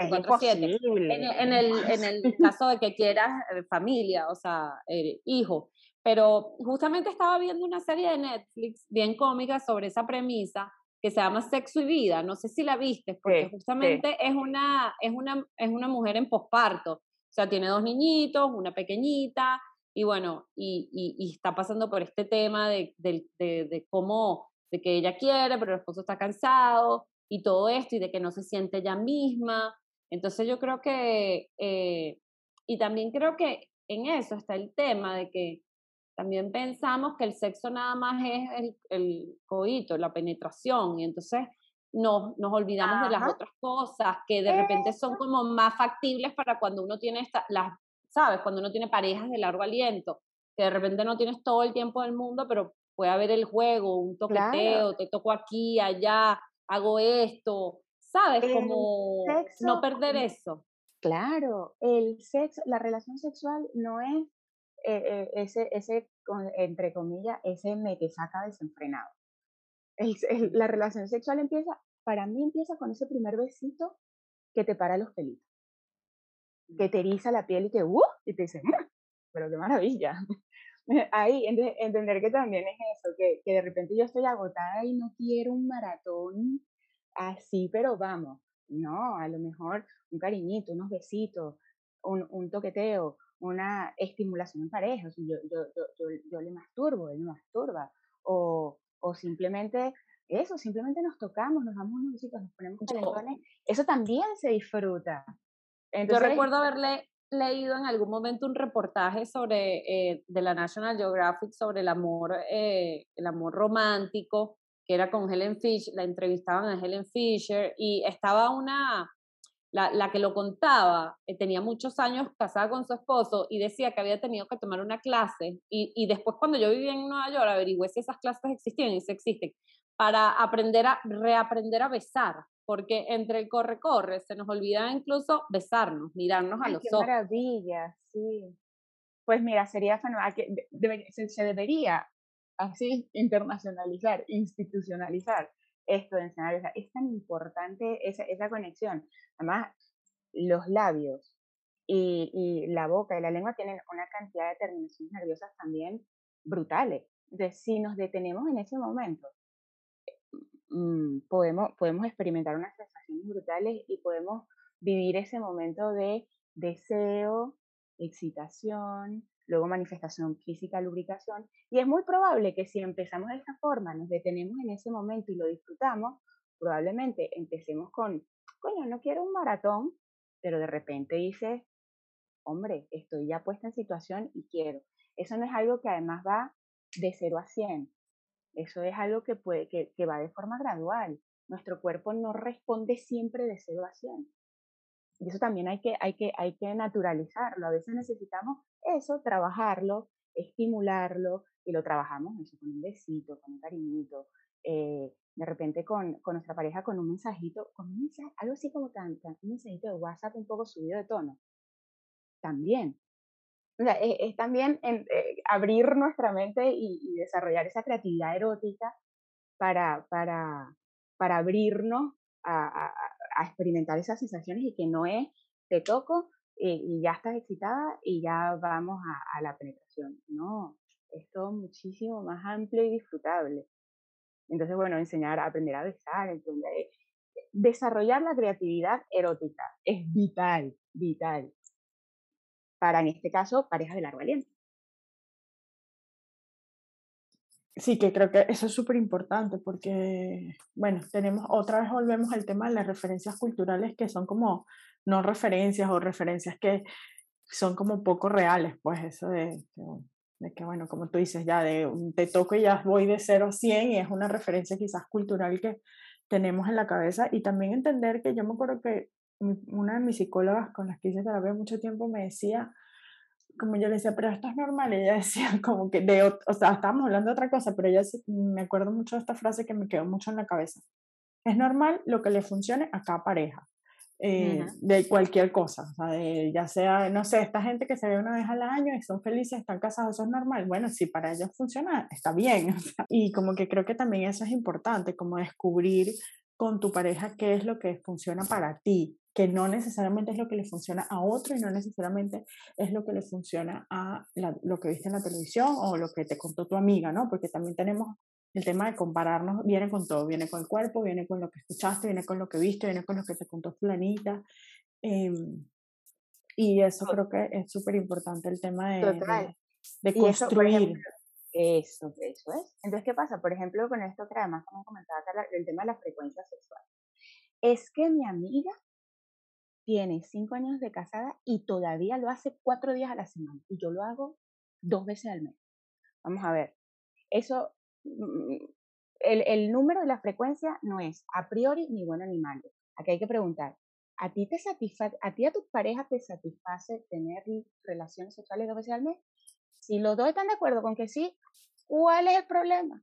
en, en, el, en el caso de que quieras eh, familia, o sea, eh, hijo. Pero justamente estaba viendo una serie de Netflix bien cómica sobre esa premisa que se llama Sexo y Vida. No sé si la viste, porque sí, justamente sí. Es, una, es, una, es una mujer en posparto. O sea, tiene dos niñitos, una pequeñita, y bueno, y, y, y está pasando por este tema de, de, de, de cómo, de que ella quiere, pero el esposo está cansado, y todo esto, y de que no se siente ella misma. Entonces yo creo que, eh, y también creo que en eso está el tema de que también pensamos que el sexo nada más es el, el coito, la penetración, y entonces nos, nos olvidamos Ajá. de las otras cosas que de repente son como más factibles para cuando uno tiene esta, las, ¿sabes? Cuando uno tiene parejas de largo aliento, que de repente no tienes todo el tiempo del mundo, pero puede haber el juego, un toqueteo, claro. Te toco aquí, allá, hago esto, ¿sabes? El como sexo, no perder eso. Claro, el sexo, la relación sexual no es eh, eh, ese, ese, entre comillas, ese me te saca desenfrenado. El, el, la relación sexual empieza, para mí empieza con ese primer besito que te para los pelitos, que te eriza la piel y que, ¡uh! Y te dice, mmm, pero qué maravilla. Ahí, ent entender que también es eso, que, que de repente yo estoy agotada y no quiero un maratón así, pero vamos, no, a lo mejor un cariñito, unos besitos, un, un toqueteo, una estimulación en pareja, o sea, yo, yo, yo, yo, yo le masturbo, él me masturba, o, o simplemente eso, simplemente nos tocamos, nos damos unos besitos, nos ponemos calentones, eso también se disfruta. Entonces, yo recuerdo haberle leído en algún momento un reportaje sobre eh, de la National Geographic sobre el amor, eh, el amor romántico, que era con Helen Fisher, la entrevistaban a Helen Fisher, y estaba una, la, la que lo contaba, eh, tenía muchos años casada con su esposo, y decía que había tenido que tomar una clase, y, y después cuando yo vivía en Nueva York, averigüé si esas clases existían, y si existen, para aprender a, reaprender a besar, porque entre el corre-corre se nos olvida incluso besarnos, mirarnos Ay, a los qué ojos. ¡Qué maravilla! Sí. Pues mira, sería fenomenal, que debe, se, se debería así internacionalizar, institucionalizar esto de enseñar. O sea, es tan importante esa, esa conexión. Además, los labios y, y la boca y la lengua tienen una cantidad de terminaciones nerviosas también brutales. Entonces, si nos detenemos en ese momento, mmm, podemos, podemos experimentar unas sensaciones brutales y podemos vivir ese momento de deseo, excitación, luego manifestación física, lubricación, y es muy probable que si empezamos de esta forma, nos detenemos en ese momento y lo disfrutamos, probablemente empecemos con, coño, no quiero un maratón, pero de repente dices, hombre, estoy ya puesta en situación y quiero. Eso no es algo que además va de cero a cien. Eso es algo que, puede, que, que va de forma gradual. Nuestro cuerpo no responde siempre de cero a cien. Y eso también hay que, hay que, hay que naturalizarlo. A veces necesitamos eso, trabajarlo, estimularlo, y lo trabajamos eso, con un besito, con un cariñito, eh, de repente con, con nuestra pareja con un mensajito, con un mensaje, algo así como tan, tan, un mensajito de WhatsApp un poco subido de tono. También. O sea, es, es también en, eh, abrir nuestra mente y, y desarrollar esa creatividad erótica para, para, para abrirnos a, a, a experimentar esas sensaciones, y que no es te toco y, y ya estás excitada y ya vamos a, a la penetración. No, es todo muchísimo más amplio y disfrutable. Entonces, bueno, enseñar a aprender a besar, entender, desarrollar la creatividad erótica es vital, vital, para, en este caso, parejas de largo aliento. Sí, que creo que eso es súper importante porque, bueno, tenemos, otra vez volvemos al tema de las referencias culturales que son como no referencias o referencias que son como poco reales, pues eso de, de, de que, bueno, como tú dices, ya de un te toco y ya voy de cero a cien y es una referencia quizás cultural que tenemos en la cabeza, y también entender que yo me acuerdo que mi- una de mis psicólogas con las que hice terapia mucho tiempo me decía, como yo le decía, pero esto es normal, y ella decía como que, de, ot- o sea, estábamos hablando de otra cosa, pero ella sí- me acuerdo mucho de esta frase que me quedó mucho en la cabeza. Es normal lo que le funcione a cada pareja, eh, Ujú. de cualquier cosa, o sea, de- ya sea, no sé, esta gente que se ve una vez al año y son felices, están casados, eso es normal. Bueno, si para ellos funciona, está bien. O sea, y como que creo que también eso es importante, como descubrir con tu pareja qué es lo que funciona para ti, que no necesariamente es lo que le funciona a otro y no necesariamente es lo que le funciona a la- lo que viste en la televisión o lo que te contó tu amiga, ¿no? Porque también tenemos el tema de compararnos, viene con todo, viene con el cuerpo, viene con lo que escuchaste, viene con lo que viste, viene con lo que te contó fulanita. em, y eso creo que es súper importante, el tema de, Total. de, de Y eso, por ejemplo, construir. eso, eso es. Entonces, ¿qué pasa? Por ejemplo, con esto que además como comentaba Carla, el tema de la frecuencia sexual. Es que mi amiga tiene cinco años de casada y todavía lo hace cuatro días a la semana. Y yo lo hago dos veces al mes. Vamos a ver. Eso, mm, el, el número de la frecuencia no es a priori ni bueno ni malo. Aquí hay que preguntar, ¿a ti te satisface, a ti y a tu pareja te satisface tener relaciones sexuales dos veces al mes? Si los dos están de acuerdo con que sí, ¿cuál es el problema?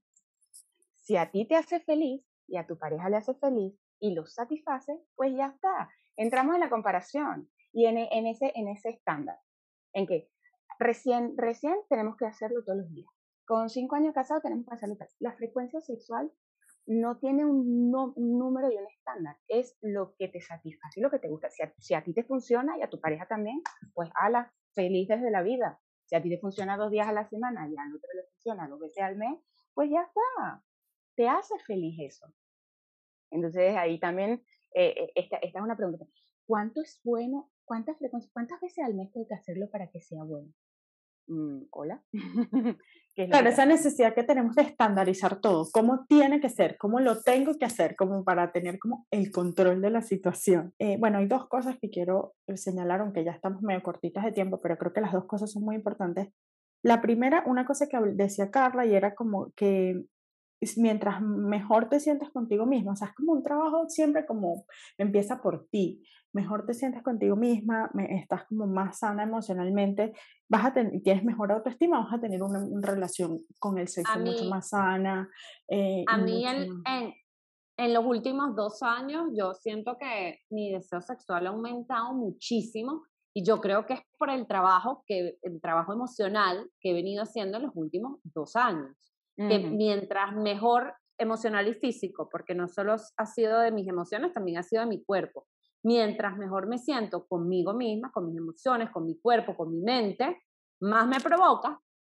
Si a ti te hace feliz y a tu pareja le hace feliz y los satisface, pues ya está. Entramos en la comparación y en, en ese, en ese estándar, en que recién, recién tenemos que hacerlo todos los días. Con cinco años casados tenemos que hacerlo. La frecuencia sexual no tiene un, no, un número y un estándar, es lo que te satisface y lo que te gusta. Si a, si a ti te funciona y a tu pareja también, pues ala, felices de la vida. Si a ti te funciona dos días a la semana y al otro le funciona dos veces al mes, pues ya está. Te hace feliz eso. Entonces ahí también, eh, eh, esta, esta es una pregunta. ¿Cuánto es bueno? ¿Cuántas frecuencias? ¿Cuántas veces al mes tengo que hacerlo para que sea bueno? Mm, ¿Hola? ¿Qué es lo que Claro, te esa hace? necesidad que tenemos de estandarizar todo, cómo tiene que ser, cómo lo tengo que hacer, como para tener como el control de la situación. Eh, bueno, hay dos cosas que quiero eh, señalar, aunque ya estamos medio cortitas de tiempo, pero creo que las dos cosas son muy importantes. La primera, una cosa que habl- decía Carla, y era como que es mientras mejor te sientes contigo misma, o sea, es como un trabajo siempre como empieza por ti, mejor te sientes contigo misma, me, estás como más sana emocionalmente, vas a tener, tienes mejor autoestima, vas a tener una, una relación con el A sexo mucho mí, más sana eh, a y mí mucho el, más. en, en los últimos dos años yo siento que mi deseo sexual ha aumentado muchísimo y yo creo que es por el trabajo, que, el trabajo emocional que he venido haciendo en los últimos dos años. Que Ujú. mientras mejor emocional y físico, porque no solo ha sido de mis emociones, también ha sido de mi cuerpo. Mientras mejor me siento conmigo misma, con mis emociones, con mi cuerpo, con mi mente, más me provoca.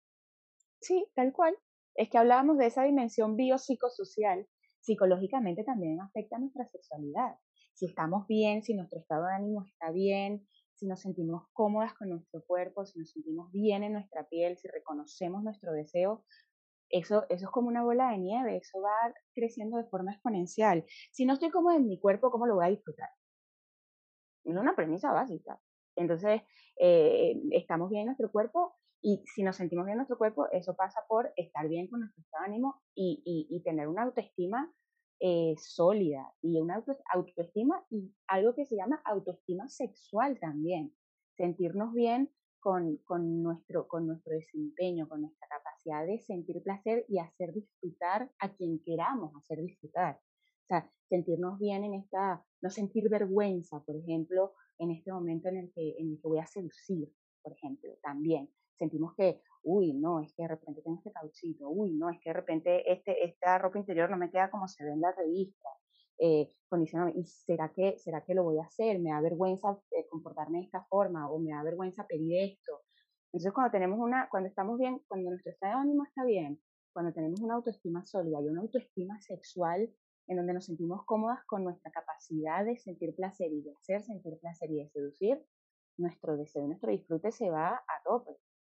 Sí, tal cual. Es que hablábamos de esa dimensión biopsicosocial. Psicológicamente también afecta a nuestra sexualidad. Si estamos bien, si nuestro estado de ánimo está bien, si nos sentimos cómodas con nuestro cuerpo, si nos sentimos bien en nuestra piel, si reconocemos nuestro deseo, eso, eso es como una bola de nieve, eso va creciendo de forma exponencial. Si no estoy cómoda en mi cuerpo, ¿cómo lo voy a disfrutar? Es una premisa básica. Entonces, eh, estamos bien en nuestro cuerpo y si nos sentimos bien en nuestro cuerpo, eso pasa por estar bien con nuestro estado de ánimo y, y, y tener una autoestima eh, sólida y una auto, autoestima y algo que se llama autoestima sexual también. Sentirnos bien con, con, nuestro, con nuestro desempeño, con nuestra capacidad de sentir placer y hacer disfrutar a quien queramos hacer disfrutar. O sea, sentirnos bien en esta, no sentir vergüenza, por ejemplo, en este momento en el que, en el que voy a seducir, por ejemplo, también. Sentimos que, uy, no, es que de repente tengo este cauchito, uy, no, es que de repente este, esta ropa interior no me queda como se ve en la revista. Eh, condicionado, ¿y será que, será que lo voy a hacer? ¿Me da vergüenza eh, comportarme de esta forma? ¿O me da vergüenza pedir esto? Entonces, cuando tenemos una, cuando estamos bien, cuando nuestro estado de ánimo está bien, cuando tenemos una autoestima sólida y una autoestima sexual en donde nos sentimos cómodas con nuestra capacidad de sentir placer y de hacer sentir placer y de seducir, nuestro deseo, nuestro disfrute se va a tope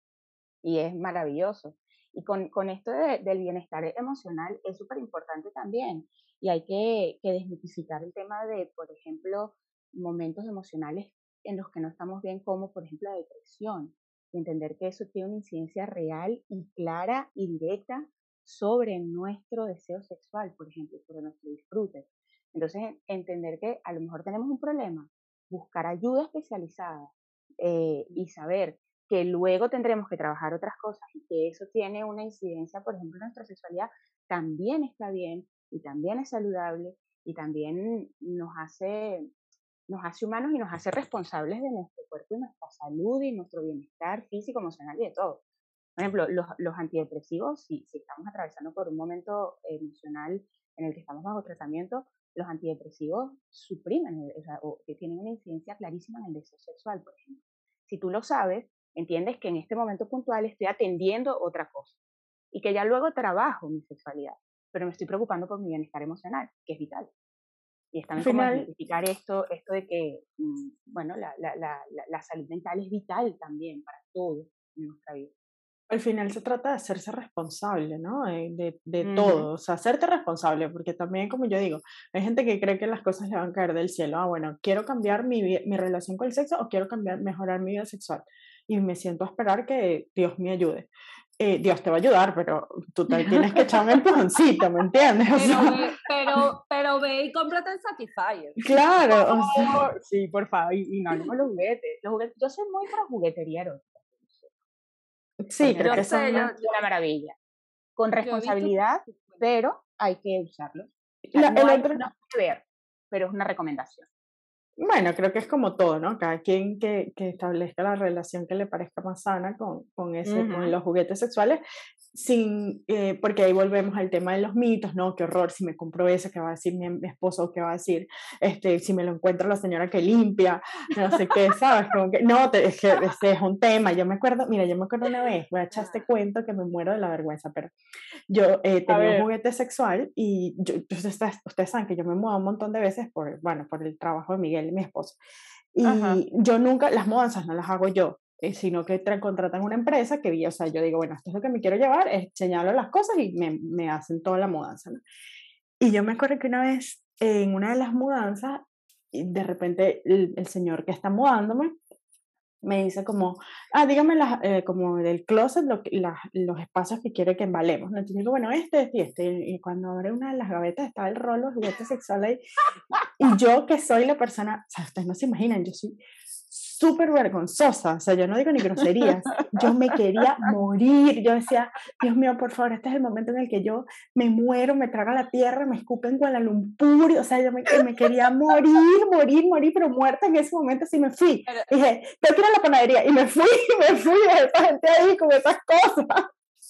y es maravilloso. Y con, con esto de, del bienestar emocional es súper importante también y hay que, que desmitificar el tema de, por ejemplo, momentos emocionales en los que no estamos bien, como por ejemplo la depresión, y entender que eso tiene una incidencia real y clara y directa sobre nuestro deseo sexual, por ejemplo, sobre nuestro disfrute. Entonces, entender que a lo mejor tenemos un problema, buscar ayuda especializada eh, y saber que luego tendremos que trabajar otras cosas y que eso tiene una incidencia, por ejemplo, en nuestra sexualidad, también está bien y también es saludable y también nos hace, nos hace humanos y nos hace responsables de nuestro cuerpo y nuestra salud y nuestro bienestar físico, emocional y de todo. Por ejemplo, los, los antidepresivos, si, si estamos atravesando por un momento emocional en el que estamos bajo tratamiento, los antidepresivos suprimen, o sea, o que tienen una incidencia clarísima en el deseo sexual, por ejemplo. Si tú lo sabes, entiendes que en este momento puntual estoy atendiendo otra cosa y que ya luego trabajo mi sexualidad, pero me estoy preocupando por mi bienestar emocional, que es vital. Y está bien como identificar esto, esto de que, bueno, la, la, la, la salud mental es vital también para todo en nuestra vida. Al final se trata de hacerse responsable, ¿no? De, de, de uh-huh. todo, o sea, hacerte responsable, porque también, como yo digo, hay gente que cree que las cosas le van a caer del cielo. Ah, bueno, quiero cambiar mi, mi relación con el sexo o quiero cambiar, mejorar mi vida sexual. Y me siento a esperar que Dios me ayude. Eh, Dios te va a ayudar, pero tú te tienes que echar un empujoncito, ¿me entiendes? O sea, pero, ve, pero, pero ve y cómprate el Satisfyer. Claro, o sea, sí, por favor, y, y no, no los juguetes. Los juguetes. Yo soy muy pro jugueteriero. Sí, creo que eso es una, una maravilla. Con responsabilidad, pero hay que usarlos. La, no, hay, otro... no hay que ver, pero es una recomendación. Bueno, creo que es como todo, ¿no? Cada quien que, que establezca la relación que le parezca más sana con, con, ese, uh-huh. con los juguetes sexuales, sin, eh, porque ahí volvemos al tema de los mitos, ¿no? Qué horror, si me compro eso, ¿qué va a decir mi, mi esposo? ¿Qué va a decir? Este, si me lo encuentro la señora que limpia, no sé qué, ¿sabes? Como que, no, te, es que ese es un tema. Yo me acuerdo, mira, yo me acuerdo una vez, voy a echar este cuento que me muero de la vergüenza, pero yo eh, tenía un juguete sexual y yo, ustedes, ustedes saben que yo me muevo un montón de veces por, bueno, por el trabajo de Miguel, mi esposo. Y Ajá. yo nunca, las mudanzas no las hago yo, eh, sino que tra- contratan una empresa que, o sea, yo digo, bueno, esto es lo que me quiero llevar, es señalo las cosas y me, me hacen toda la mudanza, ¿no? Y yo me acuerdo que una vez, eh, en una de las mudanzas, de repente el, el señor que está mudándome me dice como, ah, dígame las, eh, como del closet lo que, la, los espacios que quiere que embalemos, ¿no? Entonces digo, bueno, este, este y este, y cuando abre una de las gavetas estaba el rollo de juguetes sexuales ahí, y yo que soy la persona, o sea, ustedes no se imaginan, yo soy súper vergonzosa, o sea, yo no digo ni groserías, yo me quería morir, yo decía, Dios mío, por favor, este es el momento en el que yo me muero, me traga la tierra, me escupe en Kuala Lumpur, o sea, yo me, me quería morir, morir, morir, pero muerta en ese momento, sí me fui, pero, dije, tengo que ir a la panadería, y me fui, me fui de esa gente ahí con esas cosas.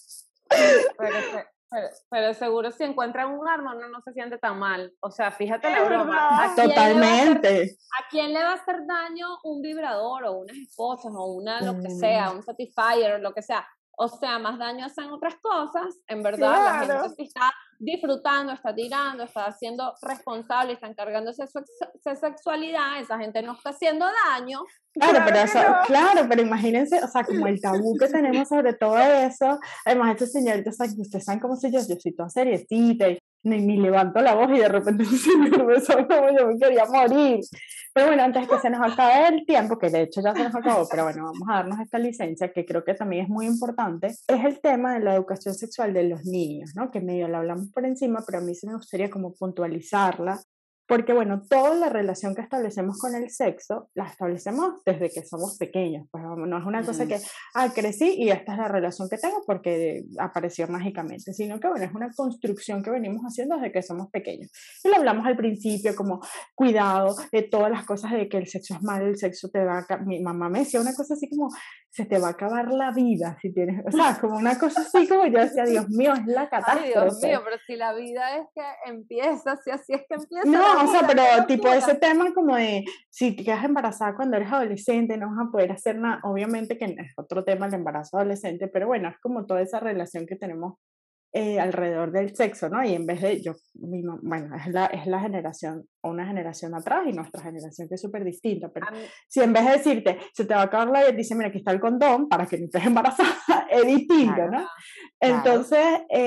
Pero, pero, pero seguro si encuentran un arma uno no se siente tan mal. O sea, fíjate la broma. ¿A Totalmente. Quién hacer, ¿A quién le va a hacer daño un vibrador o unas esposas o una lo que sea, un Satisfyer o lo que sea? O sea, más daño hacen otras cosas. En verdad, claro. La gente sí está disfrutando, está tirando, está siendo responsable, está encargándose de su, su sexualidad. Esa gente no está haciendo daño. Claro, claro, pero eso, no. claro, pero imagínense, o sea, como el tabú que tenemos sobre todo eso. Además, estos señoritos, ustedes saben cómo soy yo, yo soy toda seriecita y ni, ni levanto la voz y de repente se me empezó, como yo me quería morir. Pero bueno, antes que se nos acabe el tiempo, que de hecho ya se nos acabó, pero bueno, vamos a darnos esta licencia, que creo que también es muy importante, es el tema de la educación sexual de los niños, ¿no? Que medio la hablamos por encima, pero a mí sí me gustaría como puntualizarla, porque bueno, toda la relación que establecemos con el sexo, la establecemos desde que somos pequeños, pues no es una cosa que, ah, crecí y esta es la relación que tengo porque apareció mágicamente, sino que bueno, es una construcción que venimos haciendo desde que somos pequeños. Y lo hablamos al principio como cuidado de todas las cosas de que el sexo es malo, el sexo te va a... Mi mamá me decía una cosa así como, se te va a acabar la vida si tienes, o sea, como una cosa así como yo decía, Dios mío, es la catástrofe. Ay, Dios mío, pero si la vida es que empieza, si así es que empieza. No, la o sea, vida, pero tipo ese tema como de si te quedas embarazada cuando eres adolescente, no vas a poder hacer nada, obviamente que es otro tema el embarazo adolescente, pero bueno, es como toda esa relación que tenemos eh, alrededor del sexo, ¿no? Y en vez de yo, mi, bueno, es la, es la generación, una generación atrás y nuestra generación que es súper distinta, pero mí, si en vez de decirte, se te va a acabar la vida, dice, mira, aquí está el condón para que no estés embarazada, es distinto, Claro, ¿no? claro. Entonces,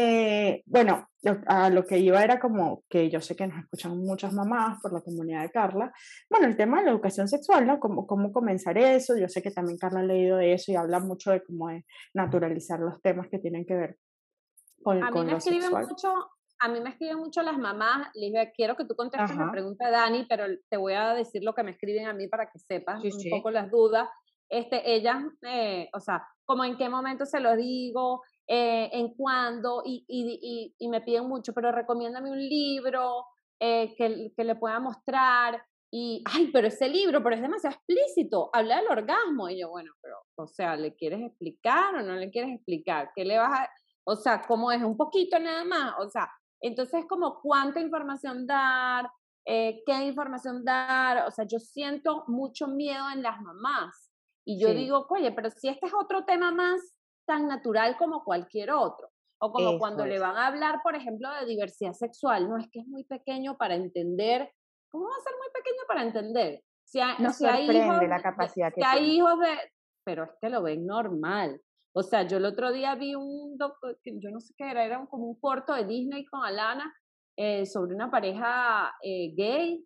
eh, bueno, a lo que iba era como que yo sé que nos escuchan muchas mamás por la comunidad de Carla, bueno, el tema de la educación sexual, ¿no? Cómo, cómo comenzar eso, yo sé que también Carla ha leído de eso y habla mucho de cómo de naturalizar los temas que tienen que ver con, a mí con me lo escriben sexual. mucho, a mí me escriben mucho las mamás, Lisbeth, quiero que tú contestes Ajá. la pregunta de Dani, pero te voy a decir lo que me escriben a mí para que sepas Sí, un sí. poco las dudas. Este, ellas, eh, o sea, como en qué momento se lo digo, eh, en cuándo, y, y, y, y me piden mucho, pero recomiéndame un libro eh, que, que le pueda mostrar. Y, ay, pero ese libro, pero es demasiado explícito, habla del orgasmo. Y yo, bueno, pero, o sea, ¿le quieres explicar o no le quieres explicar? ¿Qué le vas a...? O sea, ¿cómo es? Un poquito nada más. O sea, entonces como cuánta información dar, eh, qué información dar. O sea, yo siento mucho miedo en las mamás. Y yo Sí. digo, oye, pero si este es otro tema más tan natural como cualquier otro. O como Eso cuando es. le van a hablar, por ejemplo, de diversidad sexual. No, es que es muy pequeño para entender. ¿Cómo va a ser muy pequeño para entender? Si hay, Nos si hay hijos, sorprende la de, capacidad si que hay tiene. hijos de... Pero es que lo ven normal. O sea, yo el otro día vi un, docu yo no sé qué era, era como un corto de Disney con Alana eh, sobre una pareja eh, gay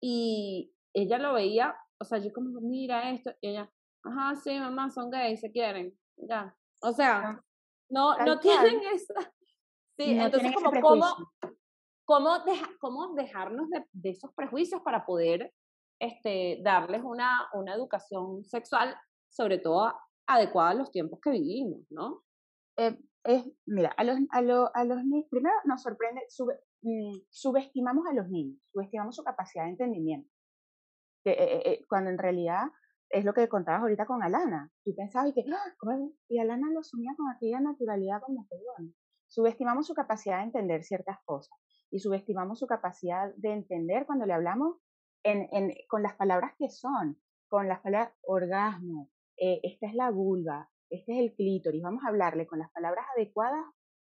y ella lo veía, o sea, yo como, mira esto, y ella, ajá, sí, mamá, son gays, se quieren, ya. O sea, No, no, tal no tienen cual. esa. Sí, No entonces tienen ese como, ¿cómo, prejuicio. cómo, deja, cómo dejarnos de, de esos prejuicios para poder este, darles una, una educación sexual, sobre todo adecuada a los tiempos que vivimos, ¿no? Eh, es, mira, a los, a, lo, a los niños, primero nos sorprende, sube, mm, subestimamos a los niños, subestimamos su capacidad de entendimiento, que, eh, eh, eh, cuando en realidad es lo que contabas ahorita con Alana. Tú pensabas y que, ¡ah! ¿Cómo? Y Alana lo asumía con aquella naturalidad como que, bueno, subestimamos su capacidad de entender ciertas cosas y subestimamos su capacidad de entender cuando le hablamos en, en, con las palabras que son, con las palabras orgasmo, eh, esta es la vulva, este es el clítoris, vamos a hablarle con las palabras adecuadas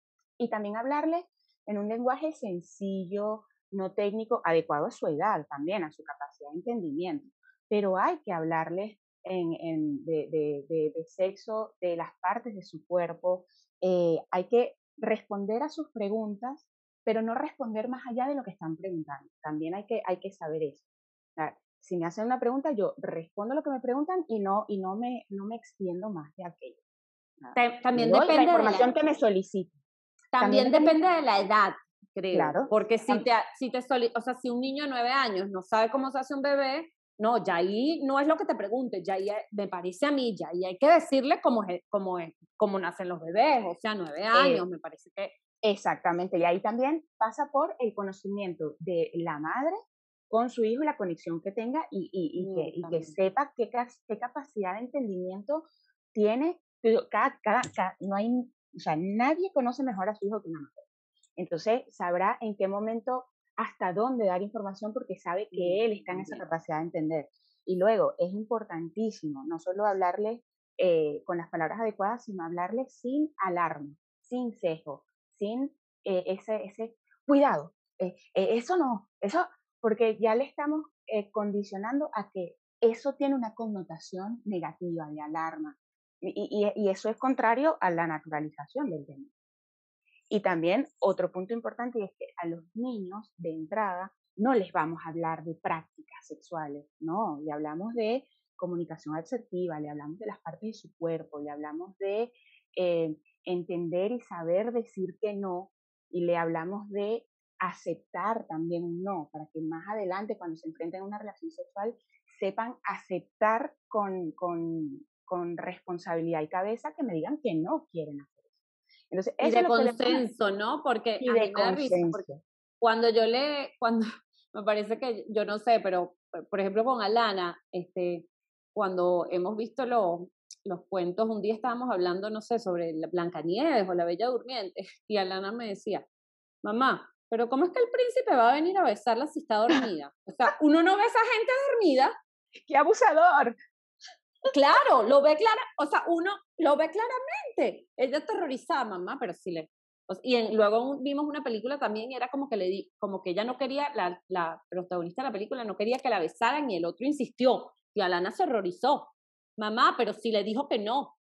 y también hablarle en un lenguaje sencillo, no técnico, adecuado a su edad también, a su capacidad de entendimiento. Pero hay que hablarles en, en, de, de, de, de, sexo, de las partes de su cuerpo, eh, hay que responder a sus preguntas, pero no responder más allá de lo que están preguntando. También hay que, hay que saber eso. O sea, si me hacen una pregunta, yo respondo lo que me preguntan y no, y no, me, no me extiendo más de aquello. También Le doy la depende de información la, que me solicita. también También depende, depende de la edad, creo, claro, porque si te, si te soli, o sea, si un niño de nueve años no sabe cómo se hace un bebé, no, ya ahí no es lo que te pregunte, ya ahí me parece a mí, ya ahí hay que decirle cómo es, cómo es, cómo nacen los bebés, o sea, nueve años, eh, me parece que... exactamente, y ahí también pasa por el conocimiento de la madre con su hijo y la conexión que tenga y, y, y, Mm, que, y que también. sepa qué, qué capacidad de entendimiento tiene. Cada, cada, cada, no hay, o sea, nadie conoce mejor a su hijo que una madre. Entonces sabrá en qué momento, hasta dónde dar información porque sabe que Mm, él está en esa también. capacidad de entender. Y luego es importantísimo no solo hablarle eh, con las palabras adecuadas, sino hablarle sin alarma, sin sesgo, sin eh, ese, ese cuidado. Eh, eh, eso no, eso, porque ya le estamos eh, condicionando a que eso tiene una connotación negativa, de alarma. Y, y, y eso es contrario a la naturalización del tema. Y también otro punto importante es que a los niños de entrada no les vamos a hablar de prácticas sexuales, no, le hablamos de comunicación asertiva, le hablamos de las partes de su cuerpo, le hablamos de eh, entender y saber decir que no, y le hablamos de aceptar también un no, para que más adelante cuando se enfrenten a una relación sexual sepan aceptar con, con, con responsabilidad y cabeza que me digan que no quieren hacer eso. Entonces, Y eso es de lo que le vamos a consenso, ¿no? Porque y a mí de me da risa, porque consenso. cuando yo le, cuando, me parece que, yo no sé, pero, por ejemplo, con Alana, este, cuando hemos visto los, los cuentos, un día estábamos hablando, no sé, sobre la Blancanieves o la Bella Durmiente, y Alana me decía, mamá, pero ¿cómo es que el príncipe va a venir a besarla si está dormida? O sea, uno no ve a esa gente dormida. ¡Qué abusador! Claro, lo ve clara, o sea, uno lo ve claramente. Ella aterrorizada, mamá, pero sí le. O sea, y en, luego vimos una película también y era como que le di, como que ella no quería, la, la protagonista de la película no quería que la besaran y el otro insistió. Y Alana se horrorizó. Mamá, pero sí le dijo que no.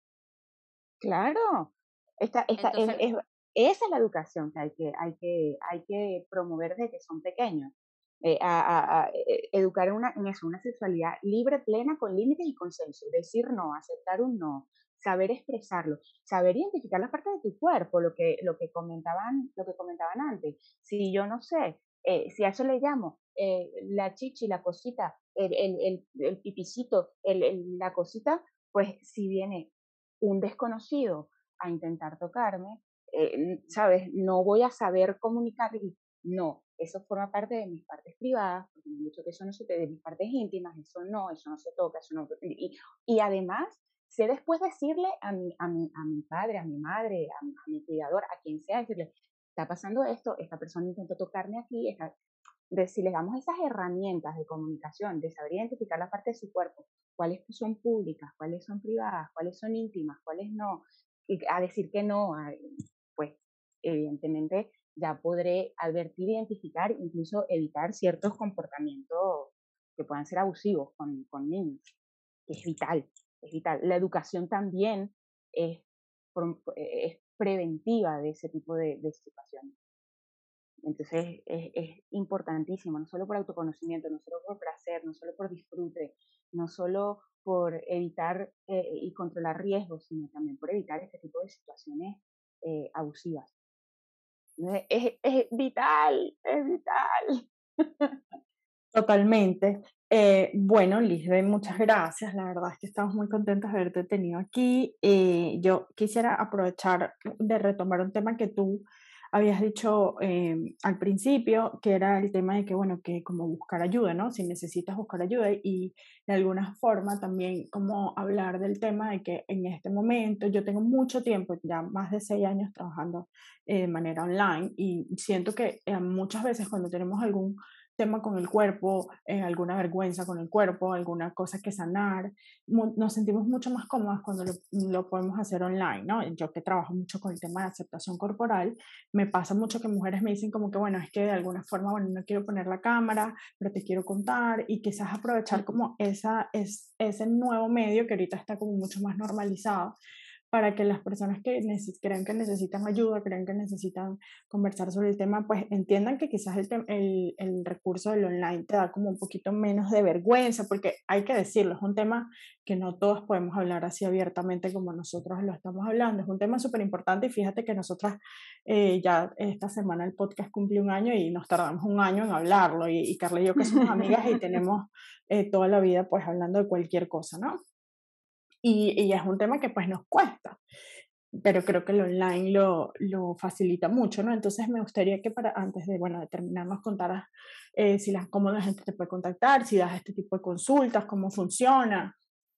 Claro, esta, esta, es, Entonces, es, esa es la educación que hay que, hay que, hay que promover desde que son pequeños. Eh, a, a, a, eh, educar en, una, en eso, una sexualidad libre, plena, con límites y consenso. Decir no, aceptar un no, saber expresarlo, saber identificar las partes de tu cuerpo, lo que, lo que, comentaban, lo que comentaban antes. Si yo no sé, eh, si a eso le llamo eh, la chichi, la cosita, el, el, el, el pipicito, el, el, la cosita, pues si viene un desconocido a intentar tocarme, eh, ¿sabes? No voy a saber comunicar. No, eso forma parte de mis partes privadas, porque me han dicho que eso no se te de mis partes íntimas, eso no, eso no se toca, eso no. Y, y además, sé después decirle a mi, a mi, a mi padre, a mi madre, a, a mi cuidador, a quien sea, decirle, está pasando esto, esta persona intentó tocarme aquí, esta, de si les damos esas herramientas de comunicación, de saber identificar la parte de su cuerpo, cuáles son públicas, cuáles son privadas, cuáles son íntimas, cuáles no, y a decir que no, a, pues evidentemente ya podré advertir, identificar, incluso evitar ciertos comportamientos que puedan ser abusivos con, con niños. Es vital, es vital. La educación también es, es preventiva de ese tipo de, de situaciones. Entonces es, es importantísimo, no solo por autoconocimiento, no solo por placer, no solo por disfrute, no solo por evitar eh, y controlar riesgos, sino también por evitar este tipo de situaciones eh, abusivas. Entonces, es, es vital, es vital. Totalmente. Eh, bueno, Lisbeth, muchas gracias. La verdad es que estamos muy contentos de haberte tenido aquí. Eh, yo quisiera aprovechar de retomar un tema que tú habías dicho eh, al principio, que era el tema de que, bueno, que como buscar ayuda, ¿no? Si necesitas buscar ayuda y de alguna forma también como hablar del tema de que en este momento yo tengo mucho tiempo, ya más de seis años trabajando eh, de manera online y siento que eh, muchas veces cuando tenemos algún tema con el cuerpo, eh, alguna vergüenza con el cuerpo, alguna cosa que sanar, nos sentimos mucho más cómodas cuando lo, lo, podemos hacer online, ¿no? Yo que trabajo mucho con el tema de aceptación corporal, me pasa mucho que mujeres me dicen como que, bueno, es que de alguna forma, bueno, no quiero poner la cámara, pero te quiero contar y quizás aprovechar como esa, es, ese nuevo medio que ahorita está como mucho más normalizado para que las personas que crean que necesitan ayuda, crean que necesitan conversar sobre el tema, pues entiendan que quizás el, el, el recurso del online te da como un poquito menos de vergüenza, porque hay que decirlo, es un tema que no todos podemos hablar así abiertamente como nosotros lo estamos hablando, es un tema súper importante y fíjate que nosotras eh, ya esta semana el podcast cumple un año y nos tardamos un año en hablarlo y, y Carla y yo que somos amigas y tenemos eh, toda la vida pues hablando de cualquier cosa, ¿no? Y, y es un tema que pues nos cuesta, pero creo que el online lo, lo facilita mucho, ¿no? Entonces me gustaría que para antes de, bueno, de terminar nos contaras eh, si las, cómo la gente te puede contactar, si das este tipo de consultas, cómo funciona.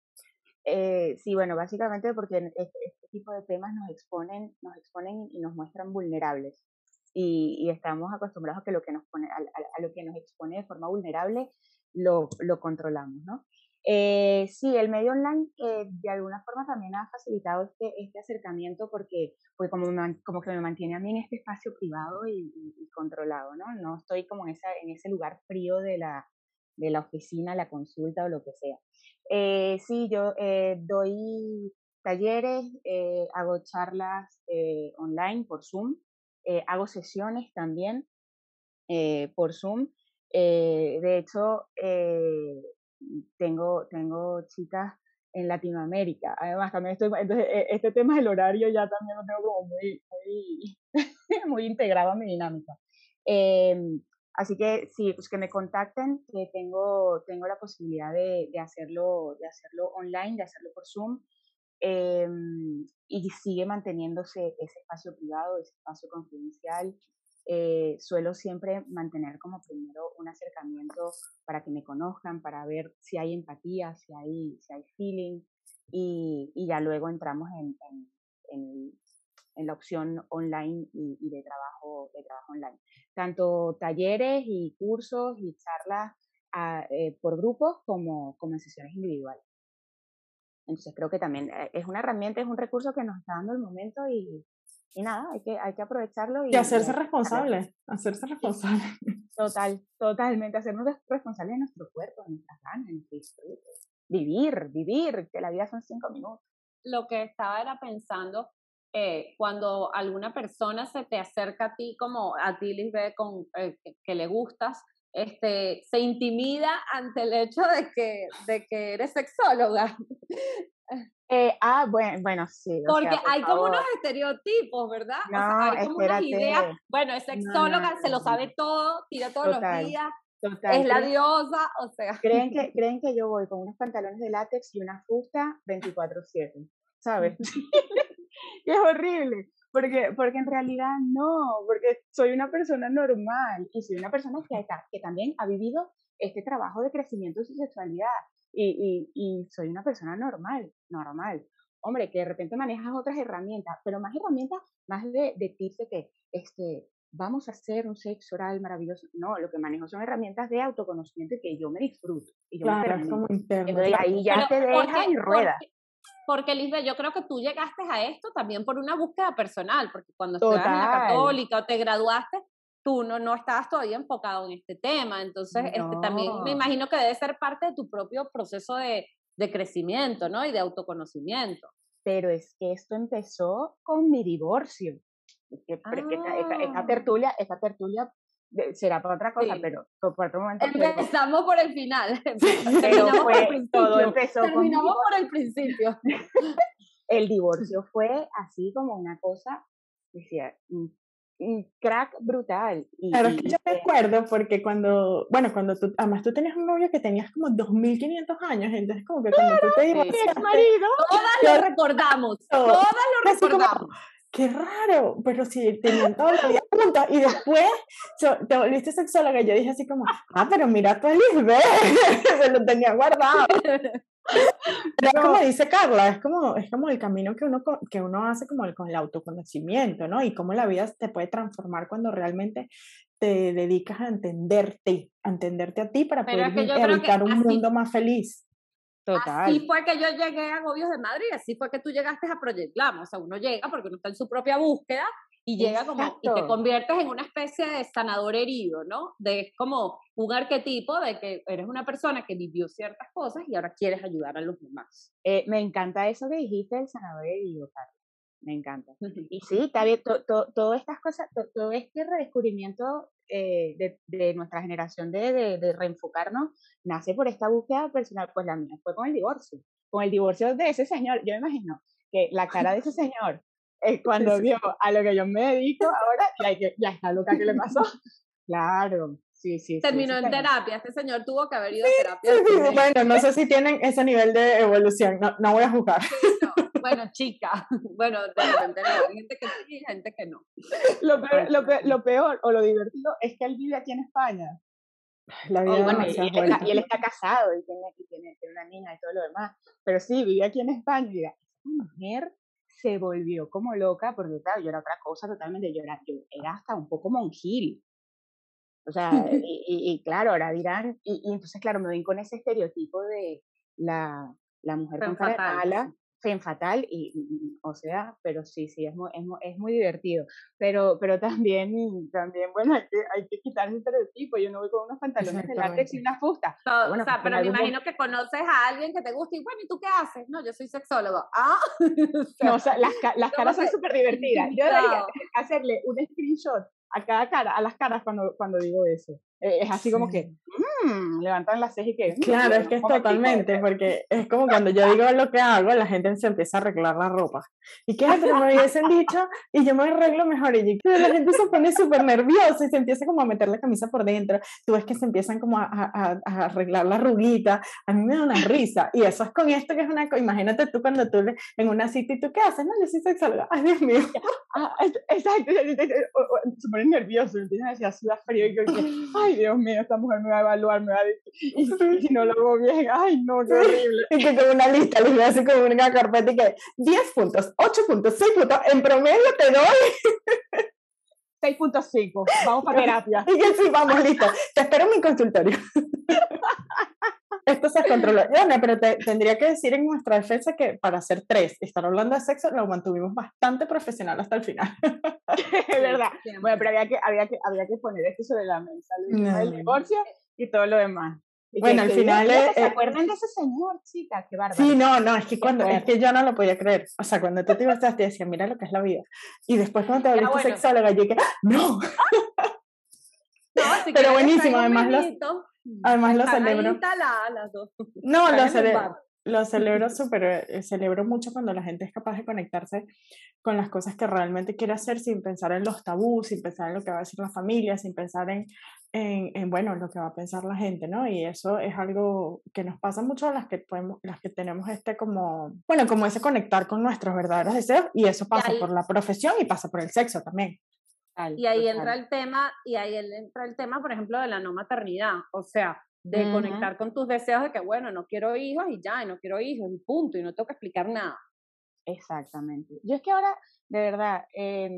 Eh, sí, bueno, básicamente porque este, este tipo de temas nos exponen, nos exponen y nos muestran vulnerables. Y, y estamos acostumbrados a que lo que nos pone, a, a, a lo que nos expone de forma vulnerable lo, lo controlamos, ¿no? Eh, sí, el medio online eh, de alguna forma también ha facilitado este, este acercamiento porque, porque como, me, como que me mantiene a mí en este espacio privado y, y, y controlado, ¿no? No estoy como en, esa, en ese lugar frío de la, de la oficina, la consulta o lo que sea. Eh, sí, yo eh, doy talleres, eh, hago charlas eh, online por Zoom eh, hago sesiones también eh, por Zoom. Eh, de hecho, eh, tengo, tengo chicas en Latinoamérica. Además, también estoy, entonces, este tema del horario ya también lo tengo como muy, muy, muy integrado a mi dinámica. Eh, así que sí, pues que me contacten, que tengo, tengo la posibilidad de, de, hacerlo, de hacerlo online, de hacerlo por Zoom. Eh, y sigue manteniéndose ese espacio privado, ese espacio confidencial. Eh, suelo siempre mantener como primero un acercamiento para que me conozcan, para ver si hay empatía, si hay, si hay feeling, y, y ya luego entramos en, en, en, en la opción online y, y de, trabajo, de trabajo online. Tanto talleres y cursos y charlas a, eh, por grupos como, como en sesiones individuales. Entonces creo que también es una herramienta, es un recurso que nos está dando el momento y, y nada, hay que, hay que aprovecharlo. Y, y hacerse y responsable, hacerse responsable. Total, totalmente, hacernos responsables de nuestro cuerpo, de nuestras ganas, de nuestro disfrute. Vivir, vivir, que la vida son cinco minutos. Lo que estaba era pensando, eh, cuando alguna persona se te acerca a ti, como a ti, Lisbeth, con, eh, que, que le gustas, este, se intimida ante el hecho de que, de que eres sexóloga. Eh, ah, bueno, bueno, sí, o Porque sea, por hay como favor. unos estereotipos, ¿verdad? No, o sea, hay como unas espérate. ideas, bueno, es No, no, sexóloga, no, se lo no. sabe todo, tira todos Total, los días, total. es la ¿Creen, diosa, o sea. ¿creen, que, ¿Creen que yo voy con unos pantalones de látex y una fusta veinticuatro siete? ¿Sabes? Y es horrible, porque, porque en realidad no, porque soy una persona normal y soy una persona que, que también ha vivido este trabajo de crecimiento de su sexualidad y, y, y soy una persona normal, normal. Hombre, que de repente manejas otras herramientas, pero más herramientas, más de, de tips de que este, vamos a hacer un sexo oral maravilloso. No, lo que manejo son herramientas de autoconocimiento y que yo me disfruto y yo Claro, me es permito. como interno. Entonces ahí ya Pero te dejas porque, y ruedas. Porque, porque, Lisbeth, yo creo que tú llegaste a esto también por una búsqueda personal, porque cuando estudiabas en la Total. católica o te graduaste, tú no, no estabas todavía enfocado en este tema. Entonces, No. este, también me imagino que debe ser parte de tu propio proceso de, de crecimiento, ¿no? Y de autoconocimiento. Pero es que esto empezó con mi divorcio. Es que, pero es que esta, esta, esta tertulia, esta tertulia de, será para otra cosa, Sí. pero por otro momento. Empezamos pero, por el final. Pero Terminamos fue, por el principio. todo empezó Terminamos con por el principio. El divorcio fue así como una cosa, decía, un, un crack brutal. Y, Claro, y, es que yo me acuerdo porque cuando, bueno, cuando tú, además tú tenías un novio que tenías como dos mil quinientos años, entonces como que cuando tú te divorciaste, marido, todas lo recordamos, todas lo recordamos. Como, qué raro, pero si tenían toda la vida juntos y después so, te volviste sexóloga y yo dije así como, ah, pero mira tú a Lisbeth, se lo tenía guardado. Pero no. Es como dice Carla, es como, es como el camino que uno, que uno hace como el, con el autoconocimiento, ¿no? Y cómo la vida te puede transformar cuando realmente te dedicas a entenderte, a entenderte a ti para pero poder es que habitar un así, mundo más feliz. Total. Así fue que yo llegué a Gobios de Madrid, así fue que tú llegaste a Project Glam, o sea, uno llega porque uno está en su propia búsqueda y llega Exacto. como, y te conviertes en una especie de sanador herido, ¿no? De como un arquetipo de que eres una persona que vivió ciertas cosas y ahora quieres ayudar a los demás. Eh, me encanta eso que dijiste del sanador herido, Carla. Me encanta. Y sí, está bien, to, to, todas estas cosas, to, todo este redescubrimiento eh, de, de nuestra generación de, de, de reenfocarnos, nace por esta búsqueda personal. Pues la mía fue con el divorcio. Con el divorcio de ese señor. Yo me imagino que la cara de ese señor, eh, cuando vio a lo que yo me dedico ahora, ya, ya está loca, ¿qué le pasó? Claro. Sí, sí, Terminó sí, en terapia, este señor tuvo que haber ido sí, a terapia. Sí, sí, bueno, no sé si tienen ese nivel de evolución, no, no voy a juzgar. Sí, no. Bueno, chica, bueno, de repente no, hay gente que sí y gente que no. Lo peor, lo, peor, lo peor o lo divertido es que él vive aquí en España. La vida oh, bueno, y, y, él está, y él está casado y tiene, y tiene, tiene una niña y todo lo demás, pero sí, vive aquí en España y diga, esta mujer se volvió como loca porque claro, yo era otra cosa totalmente, yo era, yo era hasta un poco monjil. O sea, y, y, y claro, ahora dirán, y, y entonces claro, me ven con ese estereotipo de la, la mujer con cara de mala, fen fatal y, y, o sea, pero sí, sí, es muy, es muy, es muy divertido, pero, pero también, también, bueno, hay que, hay que quitar el estereotipo. Yo no voy con unos pantalones de látex y una fusta. So, pero bueno, o sea, pero me imagino momento... que conoces a alguien que te gusta y bueno, ¿y tú qué haces? No, yo soy sexólogo. Ah, o sea, no, o sea, las, las caras son súper divertidas. Yo debería hacerle un screenshot a cada cara, a las caras cuando, cuando digo eso. Eh, es así sí. como que mmm, levantan las cejas y que... Mmm, claro, es que es totalmente, porque es como cuando yo digo lo que hago, la gente se empieza a arreglar la ropa. ¿Y qué? Pero me hubiesen dicho, y yo me arreglo mejor. Y yo, la gente se pone súper nerviosa y se empieza como a meter la camisa por dentro. Tú ves que se empiezan como a, a, a arreglar la ruguita. A mí me da una risa. Y eso es con esto que es una... Imagínate tú cuando tú en una cita y tú, ¿qué haces? No, yo soy sexóloga. Ay, Dios mío. Ah, exacto. Se ponen nerviosos, empiezan a decir, a sudar frío y que, ay, Dios mío, esta mujer me va a evaluar, me va a decir, y si no lo hago bien, ay, no, qué horrible. Y que con una lista, les voy a hacer como una carpeta y que diez puntos, ocho puntos, seis puntos, en promedio te doy seis punto cinco, vamos para terapia. Y que sí, vamos, listo, te espero en mi consultorio. Esto se controló. Bueno, pero te, tendría que decir en nuestra defensa que para hacer tres, estar hablando de sexo, lo mantuvimos bastante profesional hasta el final. Es verdad. Bueno, pero había que, había que, había que poner esto sobre la mesa, no. El divorcio y todo lo demás. Y bueno, al final es... ¿Se acuerdan de ese señor, chica? Qué bárbaro. Sí, no, no, es que cuando, es que yo no lo podía creer. O sea, cuando tú te ibas a te decía, mira lo que es la vida. Y después cuando te volviste bueno. sexóloga, yo dije, ¡no! No, si pero buenísimo, además los... Además lo celebro. Las dos. No, lo, cele lo celebro súper, eh, celebro mucho cuando la gente es capaz de conectarse con las cosas que realmente quiere hacer sin pensar en los tabús, sin pensar en lo que va a decir la familia, sin pensar en, en, en bueno, lo que va a pensar la gente, ¿no? Y eso es algo que nos pasa mucho a las que podemos, las que tenemos este como, bueno, como ese conectar con nuestros verdaderos deseos, y eso pasa por la profesión y pasa por el sexo también. Y ahí entra el tema, y ahí entra el tema, por ejemplo, de la no maternidad, o sea, de uh-huh. conectar con tus deseos de que, bueno, no quiero hijos y ya, y no quiero hijos, y punto, y no tengo que explicar nada. Exactamente. Yo es que ahora, de verdad, eh,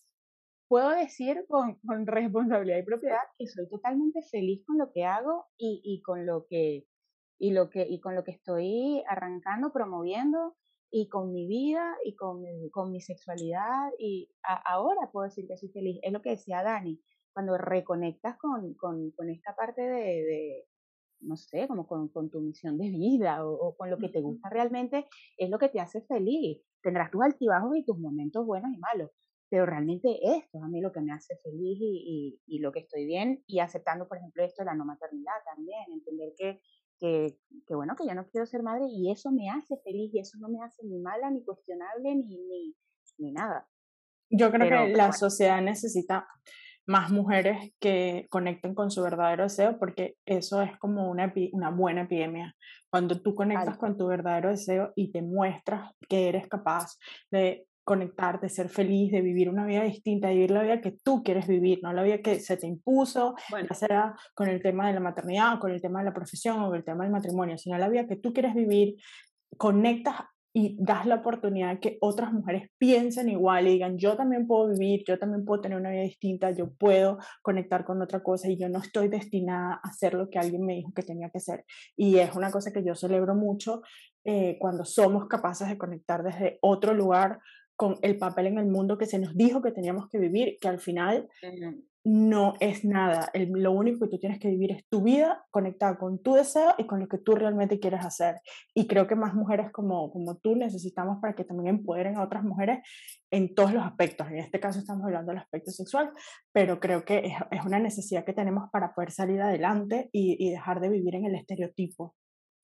puedo decir con, con responsabilidad y propiedad que soy totalmente feliz con lo que hago y, y, con, lo que, y, lo que, y con lo que estoy arrancando, promoviendo, y con mi vida y con, con mi sexualidad, y a, ahora puedo decir que soy feliz. Es lo que decía Dani, cuando reconectas con, con, con esta parte de, de, no sé, como con, con tu misión de vida o, o con lo que te gusta realmente, es lo que te hace feliz. Tendrás tus altibajos y tus momentos buenos y malos, pero realmente esto es a mí lo que me hace feliz y, y, y lo que estoy bien, y aceptando, por ejemplo, esto de la no maternidad también, entender que Que, que bueno, que yo no quiero ser madre y eso me hace feliz y eso no me hace ni mala, ni cuestionable, ni, ni, ni nada. Yo creo Pero, que la bueno. sociedad necesita más mujeres que conecten con su verdadero deseo, porque eso es como una, una buena epidemia. Cuando tú conectas Ay. con tu verdadero deseo y te muestras que eres capaz de conectar, de ser feliz, de vivir una vida distinta, de vivir la vida que tú quieres vivir, no la vida que se te impuso, bueno. ya sea con el tema de la maternidad, con el tema de la profesión o con el tema del matrimonio, sino la vida que tú quieres vivir, conectas y das la oportunidad que otras mujeres piensen igual y digan, yo también puedo vivir, yo también puedo tener una vida distinta, yo puedo conectar con otra cosa y yo no estoy destinada a hacer lo que alguien me dijo que tenía que hacer. Y es una cosa que yo celebro mucho eh, cuando somos capaces de conectar desde otro lugar con el papel en el mundo que se nos dijo que teníamos que vivir, que al final uh-huh. no es nada. El, lo único que tú tienes que vivir es tu vida conectada con tu deseo y con lo que tú realmente quieres hacer. Y creo que más mujeres como, como tú necesitamos para que también empoderen a otras mujeres en todos los aspectos. En este caso estamos hablando del aspecto sexual, pero creo que es, es una necesidad que tenemos para poder salir adelante y, y dejar de vivir en el estereotipo.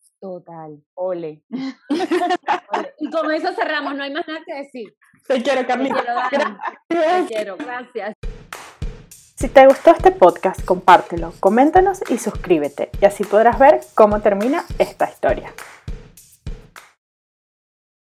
Total, ole. Y con eso cerramos, no hay más nada que decir. Te quiero, Carlita. Te quiero, Dani. Te quiero, gracias. Si te gustó este podcast, compártelo, coméntanos y suscríbete, y así podrás ver cómo termina esta historia.